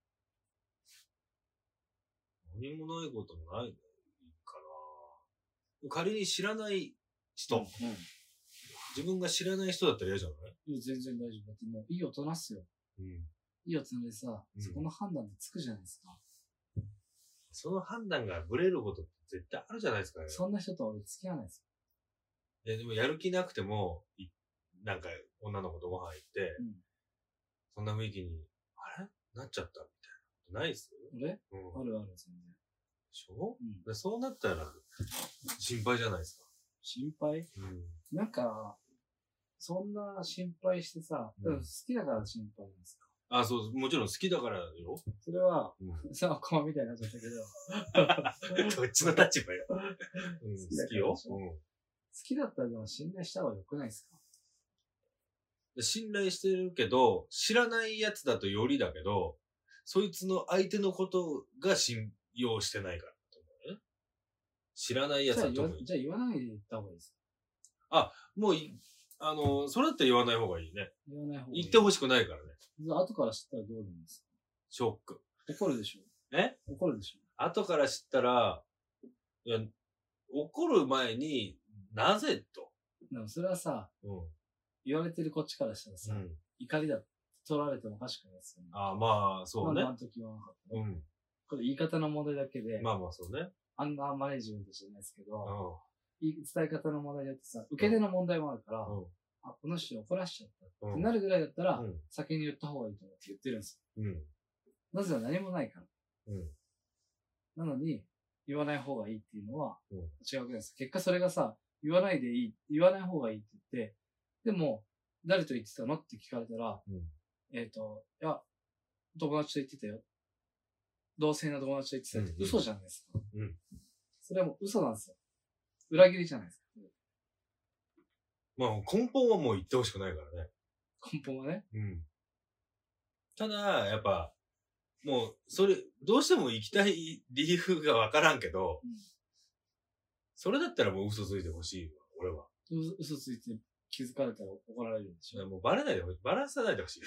何もないこともないかな。仮に知らない人、 うん。 自分が知らない人だったら嫌じゃない？ いや、全然大丈夫。だってもう、いい大人っすよ。 うん。 いい大人でさ、 うんそこの判断でつくじゃないですか。 その判断がブレることって絶対あるじゃないですかね。 そんな人とは俺付き合わないですいや、でもやる気なくても、いなんか女の子とご飯行って、 よ。うん。 そんな雰囲気に、あれなっちゃったみたいなことないっすよ。 俺うん。 あるある、全然。 でしょ？ うん。 でそうなったら、心配じゃないです心配か。うん。 なんか、そんな心配してさ、 うんでも好きだから心配なんですか？ あ、そう、もちろん好きだからよ。 それは、 うん。 さ、おこまみたいになっちゃったけど、 どっちの立場よ。うん、 好きだ好きよ。 からでしょうん。 好きだったらでも信頼した方が良くないですか？ で信頼してるけど、知らないやつだとよりだけど、そいつの相手のことが信用してないからと思うね。知らないやつじゃあ言わだと思う。 じゃあ言わないで言った方がいいです。 もうい、あの、それだったら言わない方がいいね。 言わない方がいい。 言ってほしくないからね。 じゃあ後から知ったらどうなるんですショック。 か？怒るでしょ？ え怒るでしょ？ 後から知ったら、いや、怒る前に、なぜと。 でもそれはさ、 うん。 言われてるこっちからしたらさ、 うん。 怒りだ、取られてもおかしくないですよね。 ああ、まあ、そうねなん。であの時言わなかったの？ うん。 これ言い方の問題だけで、 まあまあ、そうね。 あんなマネジメントじゃないですけど、 う言い伝え方の問題だってさ、受け手の問題もあるから、 ん。うん。 あ、この人怒らしちゃったっうん。 てなるぐらいだったら、 うん。 先に言った方がいいと思って言ってるんですうん。 よ。なぜなら何もないから。 うん。 なのに、言わない方がいいっていうのはうん違うくないですか？結果それがさ、言わないでいい、言わない方がいいって言って、でも、誰と言ってたのって聞かれたら、 うん。 えっ、と、いや、友達と言ってたよ。同性の友達と言ってたよってうんうん嘘じゃないですか。 うん。 それはもう嘘なんですよ。裏切りじゃないですか。 まあ、根本はもう言ってほしくないからね。 根本はね。 うん。ただ、やっぱ、もう、それ、どうしても行きたい理由がわからんけど、 うんそれだったらもう嘘ついてほしいわ、俺は。 嘘嘘ついて気づかれたら怒られるんでしょ。 もうバレないでほしい、バラさないでほしい。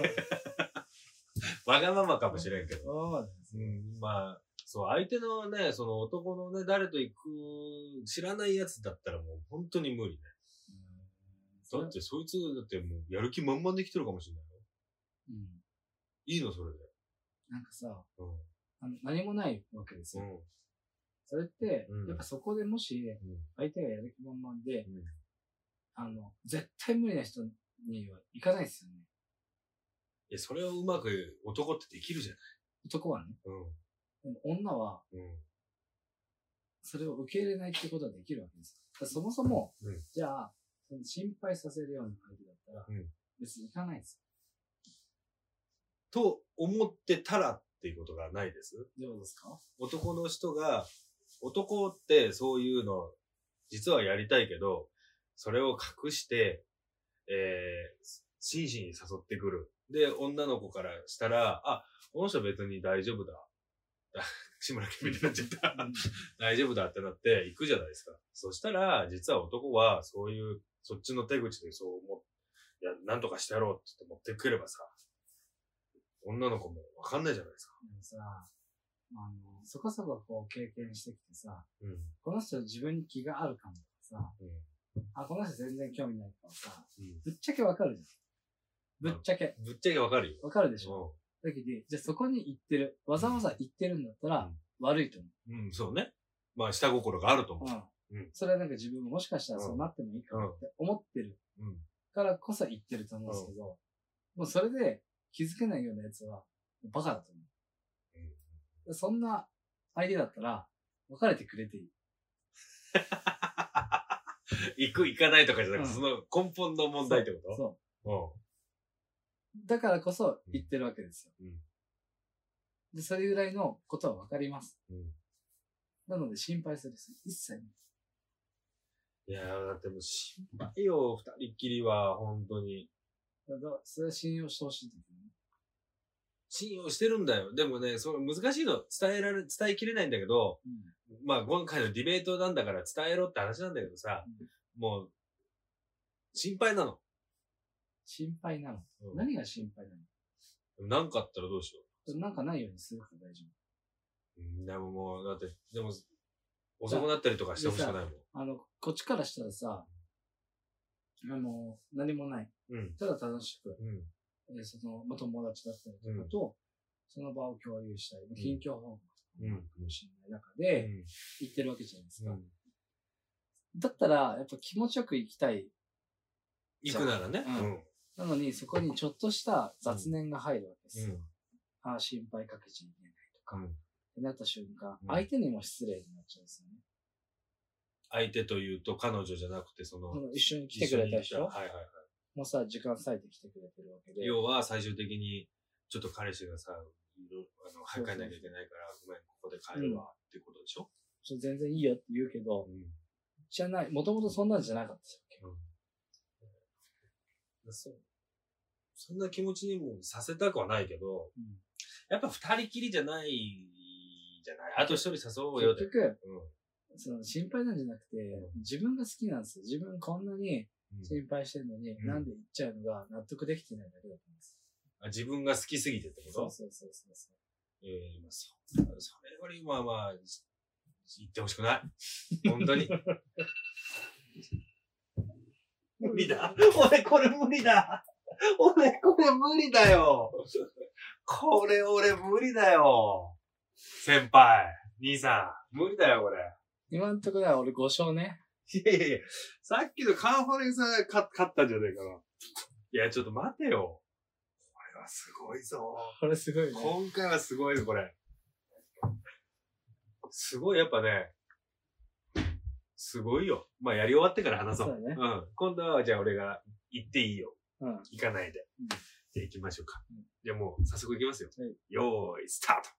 わがままかもしれんけど。 ああ、ですね。 うん、まあ、そう、相手のね、その男のね、誰と行く、知らないやつだったらもう本当に無理ね。 うんだってそいつ、だってもうやる気満々できてるかもしれないよ。 うん。 いいの、それで。 なんかさ、 うん。 あの何もないわけですよ。 うん。 それって、 うんやっぱそこでもし、 うん。 相手がやる気満々で、 うん。 あの、絶対無理な人には行かないですよね。 いや、それをうまく男ってできるじゃない。 男はね。でも女は、 うん。うん。 それを受け入れないってことはできるわけです。だからそもそも、 うんじゃあ、その心配させるような相手だったら、 うん別に行かないですと思ってたらっていうことがないです。 よ。どうですか？ 男の人が、男ってそういうの、実はやりたいけど、それを隠して、えー、真摯に誘ってくる。で、女の子からしたら、あ、この人別に大丈夫だ。志村けんみたいになっちゃった。大丈夫だってなって行くじゃないですか。そしたら、実は男はそういう、そっちの手口でそう思って、いや、なんとかしてやろうって言って持ってくればさ、女の子もわかんないじゃないですか。 でもさ、あの、そこそここう経験してきてさ、 うん。 この人自分に気があるかもとかさ、 うん。 あ、この人全然興味ないかもさ、 うん。 ぶっちゃけわかるじゃん。ぶっちゃけ。 ぶっちゃけわかるよ。 わかるでしょ。 だけど、じゃあそこに行ってる、わざわざ行ってるんだったら、悪いと思う。うん、そうね。まあ、下心があると思う。 う。うん。 うんそれはなんか自分ももしかしたらそうなってもいいかなって思ってるうん。 からこそ行ってると思うんですけど、もうそれで気づけないようなやつは、バカだと思う。そんな相手だったら、別れてくれていい。 行く、行かないとかじゃなくて、 うんその根本の問題ってことそう。 うん。 だからこそ言ってるわけですよ。 うん。 で、それぐらいのことはわかります。 うん。 なので心配するです。一切ない。 いやー、だってもう心配よ、二人っきりは、本当に。 だからそれは信用してほしいんですよね。 信用してるんだよ。でもね、その難しいの、伝えられ、伝えきれないんだけど、 うんまあ今回のディベートなんだから伝えろって話なんだけどさ、 うんもう、心配なの。 心配なの。 うん何が心配なの？ でもなんかあったらどうしよなんかないようにするから大丈う。うん、でももう、だって、でも、遅くなったりとかしてほしくないもん。 夫。あの、こっちからしたらさ、あの、何もない。 うん。 ただ楽しく、 うん。 えーその、まあ、友達だったりとかと、その場を共有したり、近況報告とかうんもあるかもしれない中うで、 ん。 行ってるわけじゃないですか。 うん。 だったら、やっぱ気持ちよく行きたい。 行くならね。 うんなのに、そこにちょっとした雑念が入るわけですよ。 うん。 ああ、心配かけちゃいけないとか、 うん。 ってなった瞬間、 うん相手にも失礼になっちゃうんですよね。 相手というと彼女じゃなくて、その、 その一緒に来てくれた人一緒にいはいはいはい。 もうさ、時間割いて来てくれてるわけで。 要は最終的に、ちょっと彼氏がさ、いろいろ、あの、早く帰んなきゃいけないから、ごめん、ここで帰るわ、っていうことでしょそれ全然いいよって言うけど、 うん。 じゃない、もともとそんなんじゃなかったですよ。 そう。そんな気持ちにもさせたくはないけど、 うんやっぱ二人きりじゃないじゃないあと一人誘おうよって。 結局、 うその心配なんじゃなくて、 うん自分が好きなんですよ。自分こんなにん。 心配してるのに、 うんなんで言っちゃうのが納得できてないだけだと思います。 あ自分が好きすぎてってことそうそうそうそうそう。 ええまあ、そ、それよりまあまあ、言ってほしくない。本当に。無理だ。俺これ無理だ。俺これ無理だよ。これ俺無理だよ。先輩、兄さん、無理だよこれ。 今のところは俺ご勝ね。 いやいやいや、さっきのカンファレンスが勝勝ったんじゃないかな。いや、ちょっと待てよ。これはすごいぞ。 これすごいね。 今回はすごいぞ、これ。すごい、やっぱね、すごいよ。まあ、やり終わってから話そう。 そうだねん。今度は、じゃあ俺が行っていいよ。 うん。 行かないで。 うんじゃあ行きましょうか。 うんじゃあもう、早速行きますよ。 はいよーい、スタート。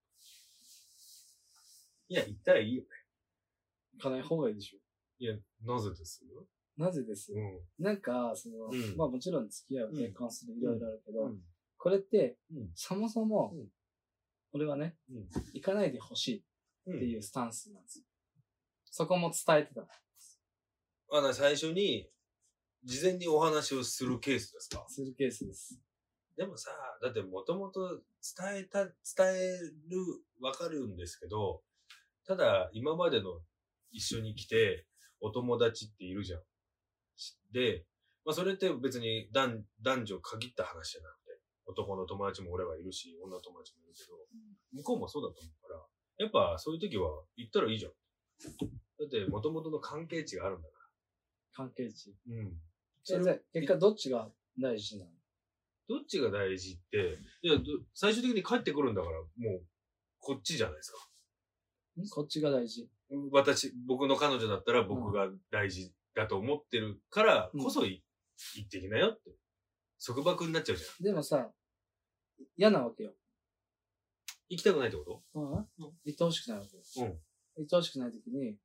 いや、行ったらいいよね。 行かない方がいいでしょ。 いや、なぜですなぜですよ。 うん。 なんか、その、 うんまあもちろん付き合う、 うん結婚する、いろいろあるけど、 うん。 これって、 うん。 そもそもうん、 俺はね、 うん。 行かないでほしいうん。 っていうスタンスなんですよ。そこも伝えてた。 あの、最初に、事前にお話をするケースですか？ するケースです。 でもさ、だってもともと伝えた、伝える、わかるんですけど、ただ今までの一緒に来てお友達っているじゃん。で、まあそれって別に男男女限った話じゃなくて、男の友達も俺はいるし、女の友達もいるけど、向こうもそうだと思うから、やっぱそういう時は行ったらいいじゃん。だって元々の関係値があるんだか関係値。 ら。うん。 えじゃあ結果どっちが大事なの？ どっちが大事って、いや、ど最終的に帰ってくるんだから、もう、こっちじゃないですか。 んこっちが大事。 私、僕の彼女だったら僕が大事だと思ってるからこそ、い行ってきなよって。束縛になっちゃうじゃん。 でもさ、嫌なわけよ。 行きたくないってこうん。行ってほしくないわけよ。 とうん。 行ってほしくないときに、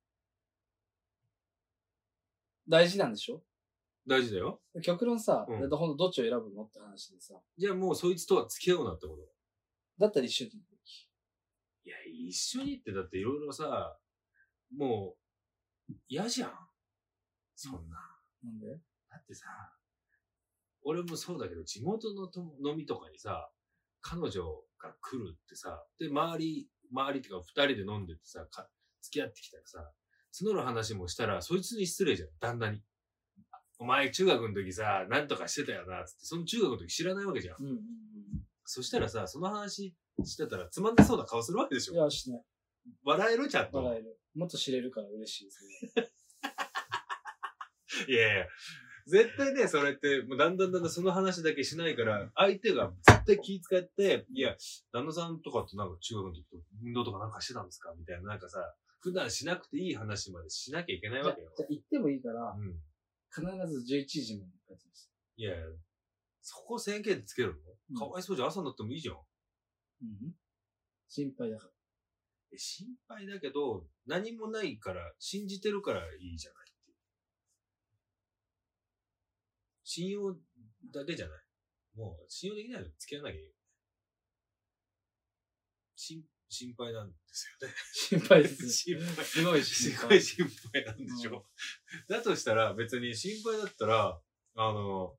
大事なんでしょ？ 大事だよ。 極論さ、 うんだってほんとどっちを選ぶのって話でさ、 じゃあもうそいつとは付き合うなってこと。 だったら一緒に行くべき。 いや、一緒にってだっていろいろさ、もう、嫌じゃん。そんな。 なんで？ だってさ、俺もそうだけど、地元のと飲みとかにさ、彼女が来るってさ、で、周り、周りっていうか二人で飲んでてさ、か付き合ってきたらさ、募る話もしたら、そいつに失礼じゃん、旦那に。お前中学の時さ、なんとかしてたよな、つって、その中学の時知らないわけじゃん。 うんうんうん。 そしたらさ、その話してたらつまんでそうな顔するわけでしょ。 いや、しない。 笑えるちゃんと。 笑える。もっと知れるから嬉しいですね。 いやいや、絶対ね、それって、もうだんだんだんだんその話だけしないから、相手が絶対気遣って、いや、旦那さんとかってなんか中学の時と運動とかなんかしてたんですかみたいな、なんかさ、普段しなくていい話までしなきゃいけないわけよ。 じゃあ行ってもいいから、 うん。 必ずじゅういちじまで帰ってます。 いやいや、そこせんけんでつけるの、 うん、 かわいそうじゃん、朝になってもいいじゃん。 うん。心配だから。 え、心配だけど、何もないから、信じてるからいいじゃないっていう。信用だけじゃない。もう、信用できないのに付き合わなきゃいいよ。心、心配なんですよね。 心配です。 心配。 すごい心配。 すごい心配なんでしょ。うん、だとしたら、別に心配だったら、あの、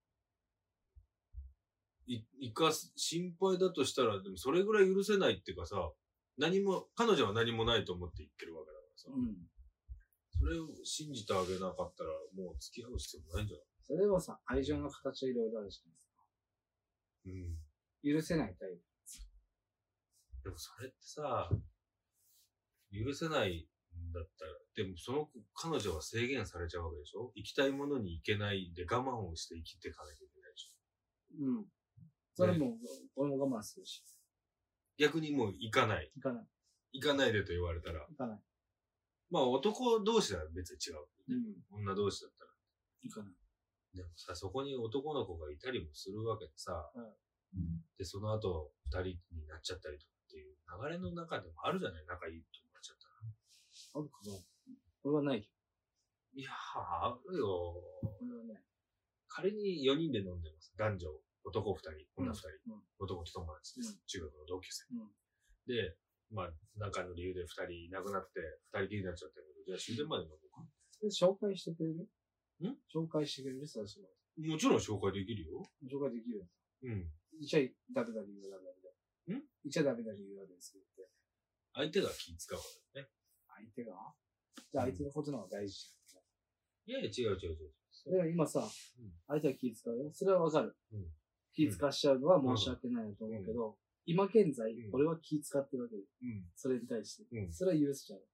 い、いかす、心配だとしたら、でもそれぐらい許せないっていうかさ、何も、彼女は何もないと思って言ってるわけだからさ。うん。それを信じてあげなかったら、もう付き合う必要もないんじゃない？ それはさ、愛情の形はいろいろあるじゃないですか。うん。許せないタイプ。 でもそれってさ、許せないんだったら、でもその彼女は制限されちゃうわけでしょ？行きたいものに行けないで我慢をして生きていかなきゃいけないでしょ？うん。それも、ね、 俺も我慢するし。 逆にもう行かない。 行かない。 行かないでと言われたら。 行かない。 まあ男同士は別に違う、ね。うん。女同士だったら。 行かない。 でもさ、そこに男の子がいたりもするわけでさ。うん、で、その後、二人になっちゃったりとかっていう流れの中でもあるじゃない？仲いい友達だったら。 あるかな？これはないけど。いやー、あるよ。これはね。仮によにんで飲んでます。男女。男二人、女二人、うん、男と友達です、うん。中学の同級生。うん、で、まあ、なんかの理由で二人いなくなって、二人きりになっちゃったけど、じゃあ終電まで飲もうか。 紹介してくれる？ん紹介してくれる？最初は。 もちろん紹介できるよ。 紹介できるよ。 うん。 言っちゃダメな理由はダメだ。ん言っちゃダメな理由はですって。 相手が気使うからね。 相手がじゃあ相手のことの方が大事じゃん。いやいや、違う違う違う。 それは今さ、うん、相手は気使うよ。それはわかる。うん気使っちゃうのは申し訳ないなと思うけど、うん、今現在、うん、俺は気使ってるわけで、うん、それに対して、うん。それは許せちゃう。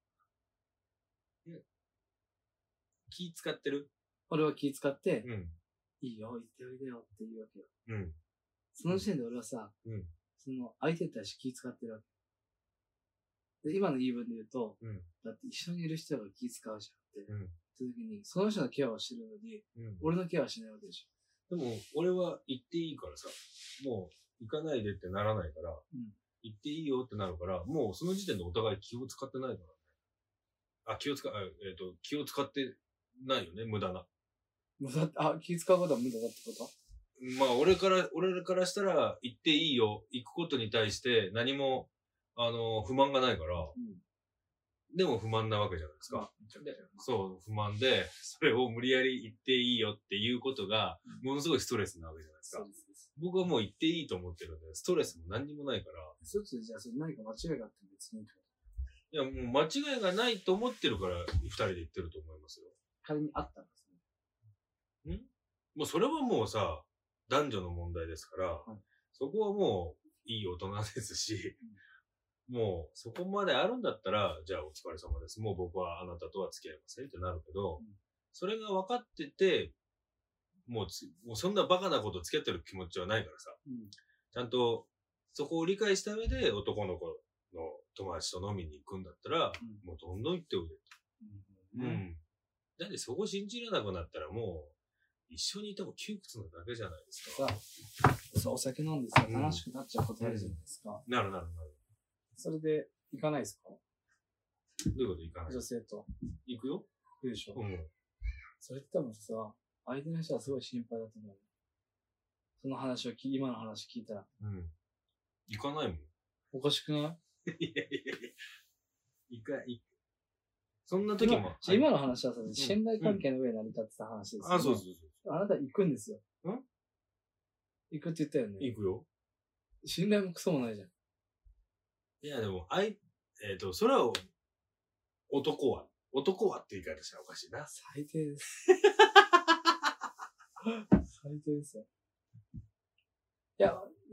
気使ってる？ 俺は気使って、うん、いいよ、言っておいでよって言うわけよ。うん、その時点で俺はさ、うん、その相手に対して気使ってるわけ。で、今の言い分で言うと、うん、だって一緒にいる人が気使うじゃんって、うん、って時に、その人のケアをしてるのに、うん、俺のケアはしないわけでしょ。 でも、俺は行っていいからさ、もう行かないでってならないから、うん、行っていいよってなるから、もうその時点でお互い気を使ってないからね。あ、気を使、えっと、気を使ってないよね、無駄な。 無駄あ、気使うことは無駄だってこと？ まあ、俺から、俺からしたら、行っていいよ、行くことに対して何も、あの、不満がないから、うんでも不満なわけじゃないですか。でそう、不満で、それを無理やり言っていいよっていうことが、ものすごいストレスなわけじゃないですか。うん、僕はもう言っていいと思ってるんで、ストレスも何にもないから。 一つじゃあ、それ何か間違いがあって別にいいってこと？いや、もう間違いがないと思ってるから、二人で言ってると思いますよ。 仮にあったんですね。んもうそれはもうさ、男女の問題ですから、はい、そこはもういい大人ですし、うんもう、そこまであるんだったら、じゃあお疲れ様です。もう僕はあなたとは付き合いませんってなるけど、うん、それが分かってて、もうつ、もうそんなバカなこと付き合ってる気持ちはないからさ、うん、ちゃんとそこを理解した上で男の子の友達と飲みに行くんだったら、うん、もうどんどん行っておいでと。うん。うん。だってそこ信じれなくなったらもう、一緒にいても窮屈なだけじゃないですか。 さあ、そうお酒飲んでさ、楽しくなっちゃうことあるじゃないですか。 うん、なるなるなる。 それで、行かないですか？ どういうこと行かない？ 女性と。 行くよ？ 行くでしょ？ うん。 それって多分さ、相手の人はすごい心配だと思う。その話を聞、今の話聞いたら。 うん。行かないもん。 おかしくない？いやいやいや行か、行く。そんな時も。 今, 今の話はさ、信頼関係の上に成り立ってた話ですよ、ねうん。あ、そうそうそう。 あなた行くんですよ。 ん行くって言ったよね。 行くよ。 信頼もクソもないじゃん。 いや、でも、あい、えっ、ー、と、それは、男は、男はって言い方したらおかしいな。 最低です。最低ですよ。いや、いいっすよ。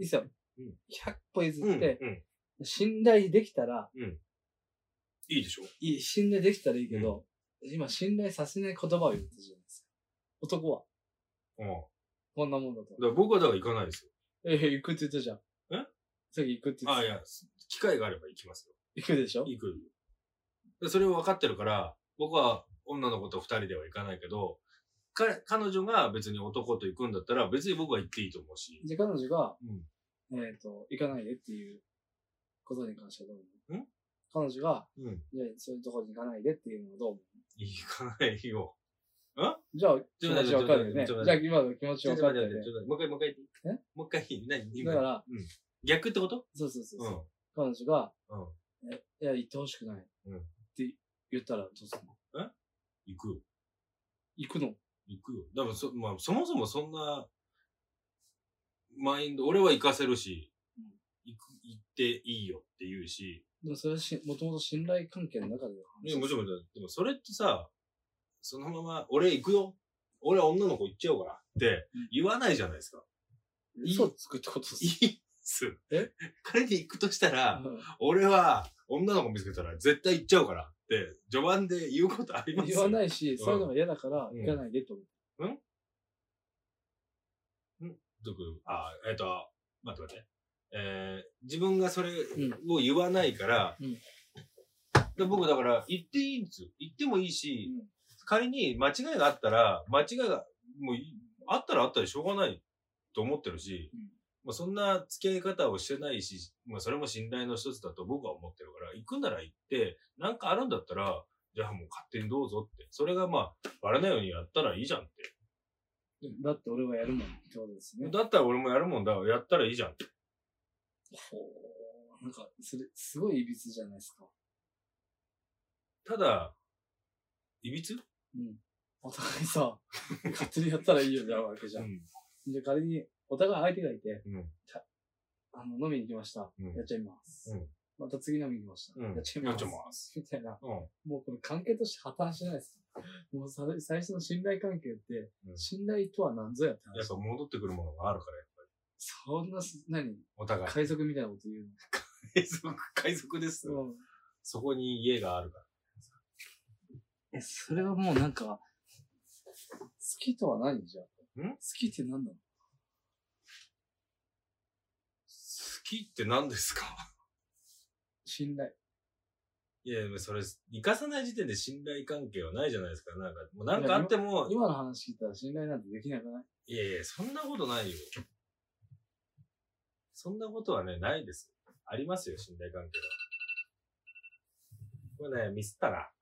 うんひゃく歩譲うん。 って、 うん。 信頼できたら、 うん。いいでしょ？ いい、信頼できたらいいけど、今信頼させない言葉を言ったじゃないですか。男は、 うん。だかこんなもんだと。 ら僕はだから行かないですよ。 ええ、行くって言ったじゃん。 えさっき行くって言っああ、 てた。 いや、機会があれば行きますよ。 行くでしょ？ 行く。でそれを分かってるから、僕は女の子と二人では行かないけど、彼、彼女が別に男と行くんだったら、別に僕は行っていいと思うし。 じゃあ彼女が、 うん。 えっ、と、行かないでっていうことに関してはどう思う？ ん彼女が、 うん。 じゃあそういうところに行かないでっていうのはどう思う？ 行かないよ。 じゃあ気ちょっと待って持ちわかるよね。 ちょっと待ってじゃあ今の気持ちちょっとわかるよね待って待って、ち。ょっともう一回、もう一回言っていい？ えもう一回いい？何今だから、 うん。逆ってこと？ そうそうそうそう、 うん。 彼女が、 うん。 え、いや、行ってほしくない。 うんって言ったらどうするの？ 行くよ。 行くの？ 行くよ。だからそ、まあ、そもそもそんな、マインド、俺は行かせるし、 うん行く、行っていいよって言うし、 でもそれはし、もともと信頼関係の中での話いや、もちろん、でもそれってさ、そのまま、俺行くよ。俺は女の子行っちゃうからって言わないじゃないですか。 嘘つくってことです。 いいっす。 え仮に行くとしたら、 うん俺は女の子見つけたら絶対行っちゃうからって、序盤で言うことあります言わい。 ないし、そういうのが嫌だからうん行かないでと思う。 どこあ、えっと、待って待って。えー、自分がそれんを言わないから、 うんで僕だから言っていいんですよ。言ってもいいし、 うん仮に間違いがあったら、間違いが、もうい、あったらあったでしょうがないと思ってるし、 うんまあ、そんな付き合い方をしてないし、まあ、それも信頼の一つだと僕は思ってるから、行くなら行って、なんかあるんだったら、じゃあもう勝手にどうぞって。それがまあ、バレないようにやったらいいじゃんって。 だって俺はやるもんってことですね。 だったら俺もやるもんだから、やったらいいじゃんって。 ほー、なんか、それ、すごいいびつじゃないですか。 ただ、いびつうん。お互いさ、勝手にやったらいいよじゃんわけじゃん。 ん。 じゃあ仮に、お互い相手がいて、 うん。 あの、飲みに行きました。 うんやっちゃいます。 うんまた次飲みに行きました。 うんやっちゃいます。 やっちゃいますみたいな。 うん。 もうこの関係として破綻しないですか？もうさ最初の信頼関係って、 うん信頼とは何ぞやって話。 やっぱ戻ってくるものがあるから、やっぱり。 そんなす、何お互い。 海賊みたいなこと言う海賊、海賊です。 の？うん。 そこに家があるから。 え、それはもうなんか、好きとは何じゃんん好きって何なの？ 好きって何ですか？ 信頼。 いや、それ、生かさない時点で信頼関係はないじゃないですか。なんか、もうなんかあっても、 今の話聞いたら信頼なんてできなくない？ いやいや、そんなことないよ。そんなことはね、ないです。ありますよ、信頼関係は。これね、ミスったな。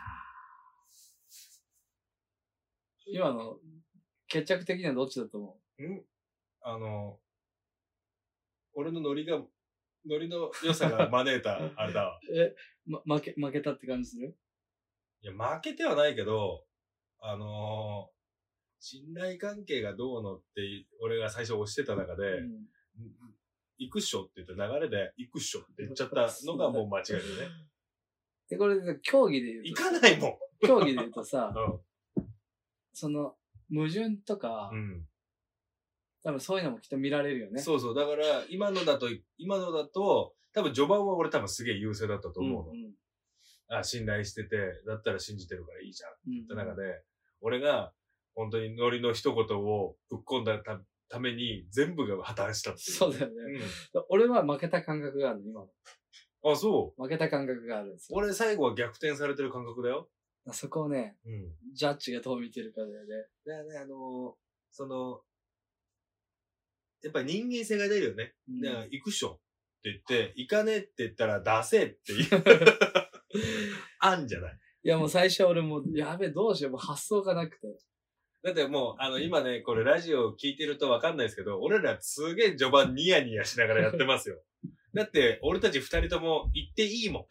今の、決着的にはどっちだと思んあの、俺のノリが、ノリの良さが招いた、あれだわ。 う？え、ま、負け、負けたって感じする？ いや、負けてはないけど、あのー信頼関係がどうのって、俺が最初押してた中で、 うん行くっしょって言った流れで、行くっしょって言っちゃったのがもう間違いだよね。 で、これで競技で言う行と、 かないもん。 競技で言うとさ、 うその、矛盾とか、 ん。うん。 多分そういうのもきっと見られるよね。 そうそう。だから、今のだと、今のだと、多分序盤は俺多分すげえ優勢だったと思うの。 んあ、信頼してて、だったら信じてるからいいじゃんってうん。 言った中で、俺が本当にノリの一言をぶっ込んだたために全部が破綻したっていう。 そうだよね。俺は負けた感覚があるの、今の。 うん。あ、そう。 負けた感覚があるんですよ。 俺最後は逆転されてる感覚だよ。 そこをね、 うん。 ジャッジがどう見てるかだよね。 だからね、あのーその、やっぱり人間性が出るよね。 うんだから、行くっしょって言って、行かねえって言ったら出せっていう。あんじゃない。 いやもう最初は俺もう、やべえ、どうしよう、もう発想がなくて。 だってもう、あの、今ね、これラジオを聞いてるとわかんないですけど、俺らすげえ序盤ニヤニヤしながらやってますよ。だって、俺たち二人とも行っていいもん。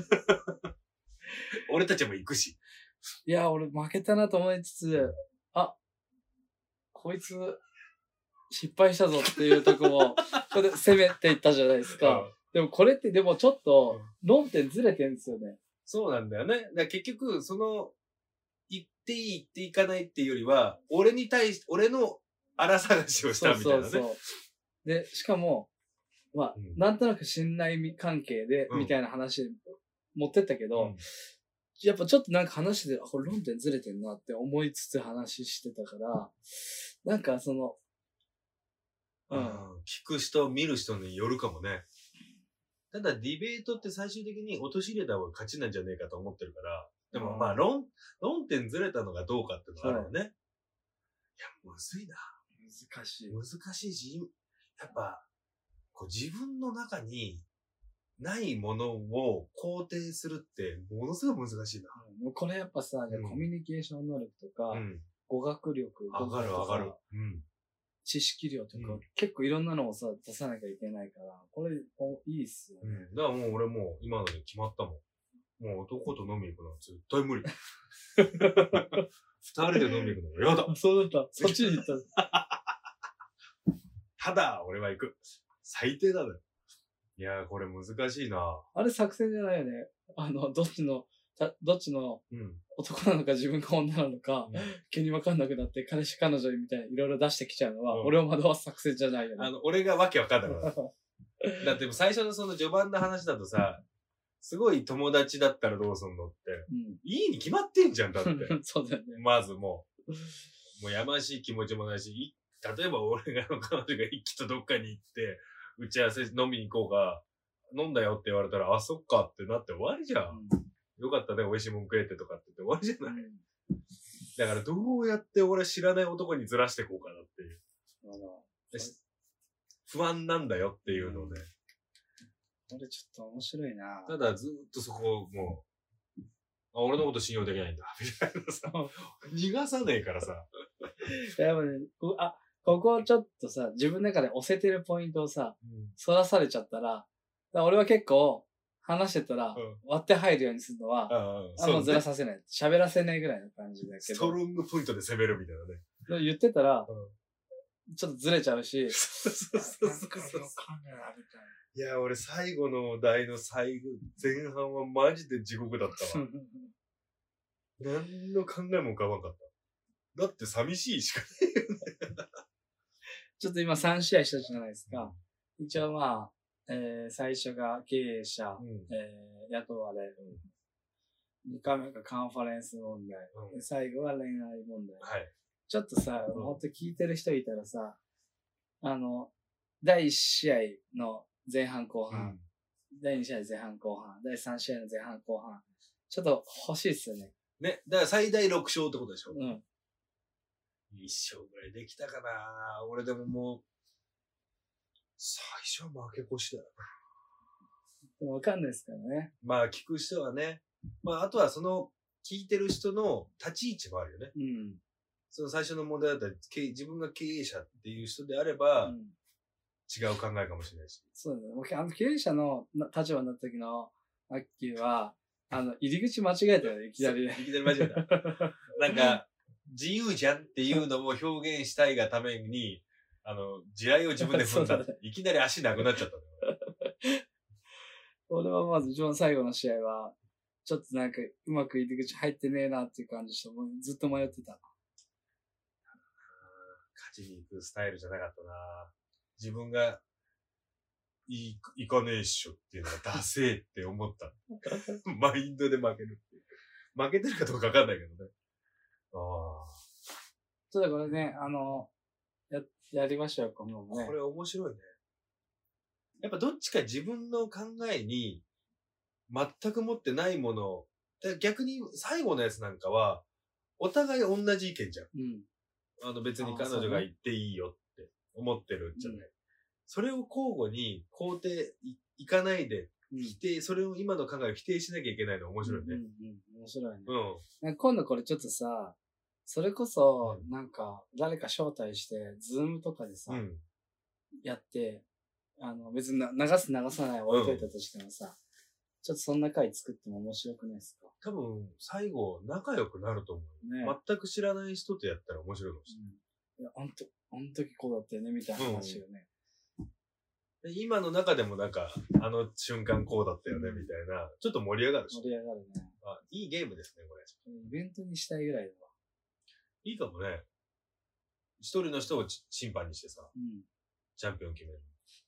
俺たちも行くし。 いや、俺負けたなと思いつつ、あ、こいつ、失敗したぞっていうとこを、これで攻めていったじゃないですか。 うんでもこれってでもちょっと、論点ずれてんですよね。 そうなんだよね。だから結局、その、行っていい、行っていかないっていうよりは、俺に対して、俺の荒探しをしたみたいなね。 そうそうそう。で、しかも、 まあ、 うん、 なんとなく信頼関係で、みたいな話持ってったけど、うん、やっぱちょっとなんか話してて、あ、これ論点ずれてんなって思いつつ話してたから、なんかその、 うん、聞く人、見る人によるかもね。ただディベートって最終的に落とし入れた方が勝ちなんじゃねえかと思ってるから、でもまあ論、論点ずれたのがどうかってのがあるよね。いや、むずいな。 難しい。 難しいし、やっぱ、こう自分の中にないものを肯定するってものすごい難しいな。 うん、これやっぱさ、うん、コミュニケーション能力とか、うん、語学力、 上がる上がる。うん。 知識量とか、うん、結構いろんなのをさ、出さなきゃいけないから、これ、おいいっすよね。 うん。だからもう俺もう今ので決まったもん。もう男と飲みに行くのは絶対無理。二人で飲みに行くのが嫌だ。 そうだった。そっちに行った。 ただ、俺は行く。最低だね。いやー、これ難しいな。 あれ作戦じゃないよね。あの、どっちの、どっちの男なのか自分が女なのか、うん、急に分かんなくなって彼氏彼女みたいにいろいろ出してきちゃうのは、うん、俺を惑わす作戦じゃないよね。 あの、俺がわけわかんなくなる。だって最初のその序盤の話だとさ、すごい友達だったらどうすんのって、うん、いいに決まってんじゃん、だって。 そうだよね。 まずもう、もうやましい気持ちもないし、例えば俺が彼女が一気とどっかに行って、打ち合わせ飲みに行こうが、飲んだよって言われたら、あ、そっかってなって終わりじゃん。うん、よかったね、美味しいもん食えてとかって言って終わりじゃない、うん、だからどうやって俺知らない男にずらしていこうかなっていう。不安なんだよっていうので。 これちょっと面白いな。 ただずっとそこをもう、あ、俺のこと信用できないんだ、みたいなさ。逃がさねえからさ。 やっぱね、あ、ここをちょっとさ、自分の中で押せてるポイントをさ、うん、反らされちゃったら、ら俺は結構、話してたら、うん、割って入るようにするのは、うんうん、あの、ずらさせない。喋、ね、らせないぐらいの感じだけど。 ストロングポイントで攻めるみたいなね。言ってたら、うん、ちょっとずれちゃうし。 そうそうそうそう。いや、俺最後の題の最後、前半はマジで地獄だったわ。何の考えも浮かばんかった。だって寂しいしかないよね。 ちょっと今さん試合したじゃないですか。うん、一応まあ、えー、最初が経営者、うん、えー、雇われる。うん、にかいめがカンファレンス問題。うん、で最後は恋愛問題。はい、ちょっとさ、うん、ほんと聞いてる人いたらさ、あの、だいいち試合の前半後半、うん、だいに試合前半後半、だいさん試合の前半後半、ちょっと欲しいっすよね。 ね、だから最大ろく勝ってことでしょ。うん。いっ勝ぐらいできたかな。俺でももう、最初は負け越しだよな。わかんないですからね。 まあ聞く人はね。まああとはその聞いてる人の立ち位置もあるよね。うん。その最初の問題だったら、自分が経営者っていう人であれば、うん、違う考えかもしれないし。 そうだね。僕、あの経営者の立場になった時のアッキーは、あの、入り口間違えたよね、いきなりね。 いきなり間違えた。なんか、自由じゃんっていうのも表現したいがために、あの、地雷を自分で踏んだ。ね、いきなり足なくなっちゃったのよ。 俺はまず一番最後の試合は、ちょっとなんかうまく入り口入ってねえなっていう感じして、もうずっと迷ってた。 勝ちに行くスタイルじゃなかったな。自分が、い、いかねえっしょっていうのがダセーって思った。マインドで負けるっていう。負けてるかどうかわかんないけどね。ああ。 そうだ、これね、あの、や、やりましょう、今後もね。 これ面白いね。やっぱどっちか自分の考えに全く持ってないものを、逆に最後のやつなんかは、お互い同じ意見じゃん。うん。あの別に彼女が言っていいよって思ってるんじゃない。うん、それを交互に肯定 い, いかないで、否定、うん、それを今の考えを否定しなきゃいけないの面白いね。うんうん、面白いね。うん。今度これちょっとさ、それこそ、なんか、誰か招待して、ズームとかでさ、うん、やって、あの、別に流す流さない置いといたとしてもさ、うん、ちょっとそんな回作っても面白くないですか？ 多分、最後、仲良くなると思う。ね。全く知らない人とやったら面白いかもしれない。 うん、いや、あんと、あの時こうだったよね、みたいな話よね。 うん、で今の中でもなんか、あの瞬間こうだったよね、みたいな、ちょっと盛り上がるし。 盛り上がるね。 あ、いいゲームですね、これ。 イベントにしたいぐらいだわ。 いいかもね。一人の人を審判にしてさ、うん、チャンピオン決める。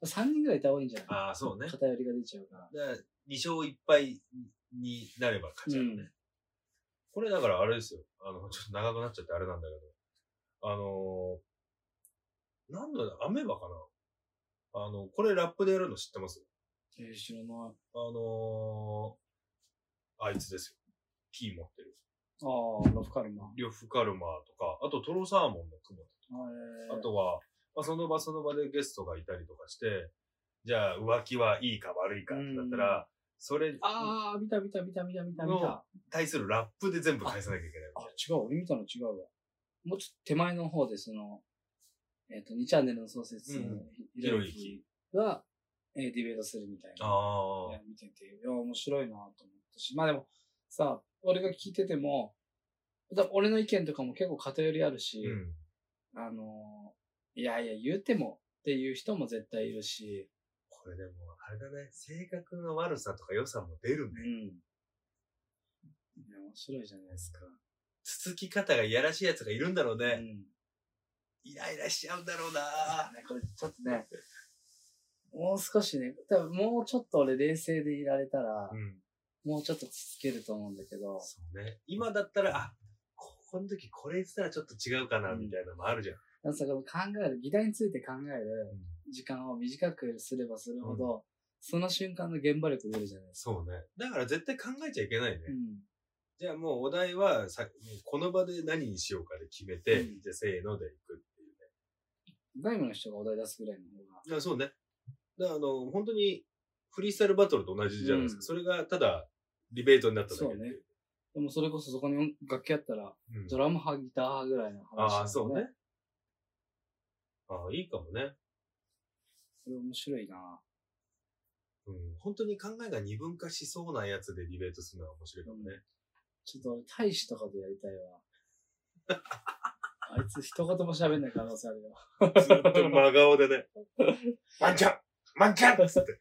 さんにんぐらいいた方がいいんじゃない？ ああ、そうね。 偏りが出ちゃうから。 だからに勝いっ敗になれば勝ちだよね。うん、これだからあれですよ。あの、ちょっと長くなっちゃってあれなんだけど。あのー、なんだろう、アメバかな。あの、これラップでやるの知ってます？ えー、知らない。あのー、あいつですよ。キー持ってる。 ああ、ロフカルマ。 リョフカルマとか、あとトロサーモンの雲とか。あとは、まあ、その場その場でゲストがいたりとかして、じゃあ浮気はいいか悪いかってなったら、それ、 ああ、見た見た見た見た見た見た。 対するラップで全部返さなきゃいけない。 あ、違う、俺見たの違うわ。もうちょっと手前の方で、その、えっと、にチャンネルの創設のひろゆきが、えー、ディベートするみたいな。ああ。見てて、いや、面白いなと思ったし。まあでも、さ、俺が聞いてても、俺の意見とかも結構偏りあるし、うん、あの、いやいや、言うてもっていう人も絶対いるし。 これでも、あれだね、性格の悪さとか良さも出るね。うん。 いや、面白いじゃないですか。 つつき方がいやらしいやつがいるんだろうね。うん、イライラしちゃうんだろうなね、これちょっとね、もう少しね、多分もうちょっと俺冷静でいられたら、うん、もうちょっとつつけると思うんだけど。 そうね。今だったら、あ、この時これ言ってたらちょっと違うかな、みたいなのもあるじゃん。 うん、だから考える、議題について考える時間を短くすればするほど、うん、その瞬間の現場力出るじゃないですか。 そうね。だから絶対考えちゃいけないね。うん、じゃあもうお題はさ、この場で何にしようかで決めて、うん、じゃあせーのでいくっていうね。 外部の人がお題出すぐらいの方が。 いや、そうね。だからあの、本当にフリースタイルバトルと同じじゃないですか。うん、それがただ、ディベートになっただけで。 そうね。でもそれこそそこに楽器あったら、うん、ドラム派、ギター派ぐらいの話、ね。 ああ、そうね。ああ、いいかもね。 それ面白いな。 うん。本当に考えが二分化しそうなやつでディベートするのは面白いかもね。うん、 ちょっと俺、大使とかでやりたいわ。あいつ一言も喋んない可能性あるよ。 ずっと真顔でね。ワンチャンワンチャンっつって。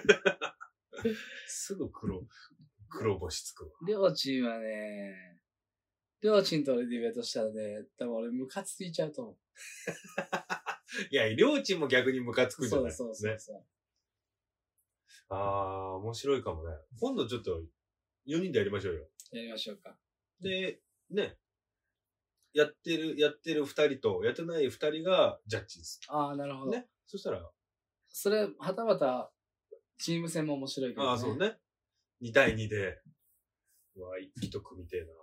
すぐ黒、黒星つくわ。 りょうちんはね、りょうちんと俺ディベートしたらね、多分俺ムカついちゃうと思う。 いや、りょうちんも逆にムカつくんじゃない？ そうそうそうそう、ね。 ああ、面白いかもね。今度ちょっとよにんでやりましょうよ。 やりましょうか。 で、ね。やってる、やってるふたりと、やってないふたりがジャッジです。 ああ、なるほど。 ね。そしたら。 それ、はたまた、チーム戦も面白いけどね。 ああ、そうね。に対にで。うわ、一気と組みてえな。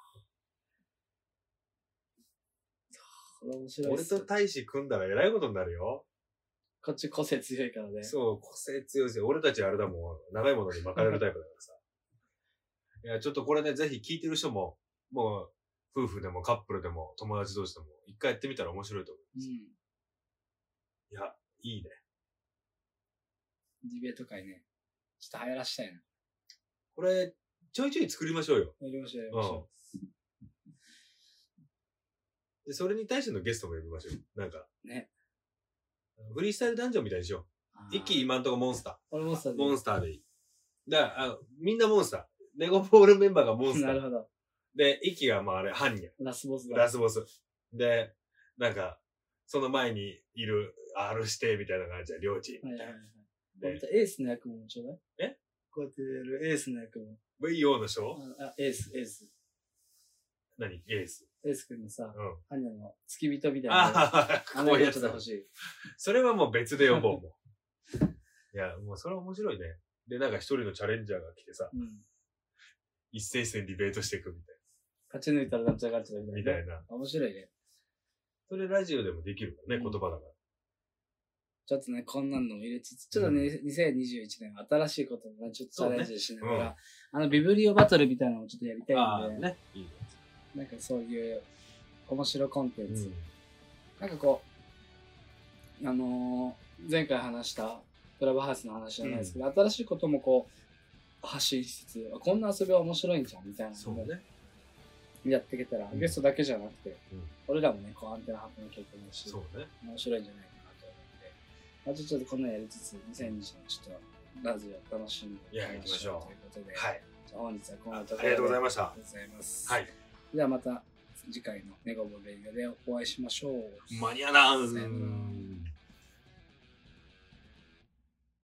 これ面白い。 俺と大使組んだら偉いことになるよ。 こっち個性強いからね。 そう、個性強いですよ。俺たちあれだもん。長いものに巻かれるタイプだからさ。いや、ちょっとこれね、ぜひ聞いてる人も、もう、夫婦でもカップルでも友達同士でも一回やってみたら面白いと思います。うん、いや、いいね。 ディベート会ね。ちょっと流行らしたいな。 これ、ちょいちょい作りましょうよ。 やりましょう、やりましょう。 うん、で、それに対してのゲストも呼びましょう。なんか。 ね。 フリースタイルダンジョンみたいにしよう。一気今んとこモンスター。 俺モンスターでいい。 モンスターでいい。だから、あの、みんなモンスター。ネゴボールメンバーがモンスター。 なるほど。 で、イキがまああれ、ハンニャ。 ラスボスだ。 ラスボス。で、なんか、その前にいる R 指定みたいな感じで、両チーム。 はいはいはい。エースの役もちょうだい。 えこうやってやるエースの役も。 ブイオー の賞あ、エース、エース。 何エース。 エース君のさ、 うん。 ハンニャの付き人みたいな。 ああ、 こういうやつで欲しい。 それはもう別で呼ぼうもん。いや、もうそれは面白いね。で、なんか一人のチャレンジャーが来てさ、うん、一斉戦ディベートしていくみたいな。 勝ち抜いたらなんちゃらかんちゃらみたいな。 面白いね。 それラジオでもできるからね、うん、言葉だから。 ちょっとね、こんなんのも入れつつ、ちょっとね、うん、にせんにじゅういちねん新しいこともね、ちょっとチャレンジしながら、ね、うん、あの、ビブリオバトルみたいなのをちょっとやりたいんで、 ね、いいね。 なんかそういう面白コンテンツ。うん、なんかこう、あのー、前回話したクラブハウスの話じゃないですけど、うん、新しいこともこう、発信しつつ、こんな遊びは面白いんじゃんみたいなので、ね、やっていけたら、うん、ゲストだけじゃなくて、うん、俺らもね、こうアンテナ張ってなきゃいけないし、 そうね、 面白いんじゃないかなと思って、まあ、ちょっとこんなやりつつ、にせんにじゅうねんちょっとラジオ楽しんでいきましょうということで、 はい、 じゃあ本日はこのところでありがとうございました。 ありがとうございます。 はい。 ではまた次回のネゴボレイドでお会いしましょう。 間に合わなさよなら。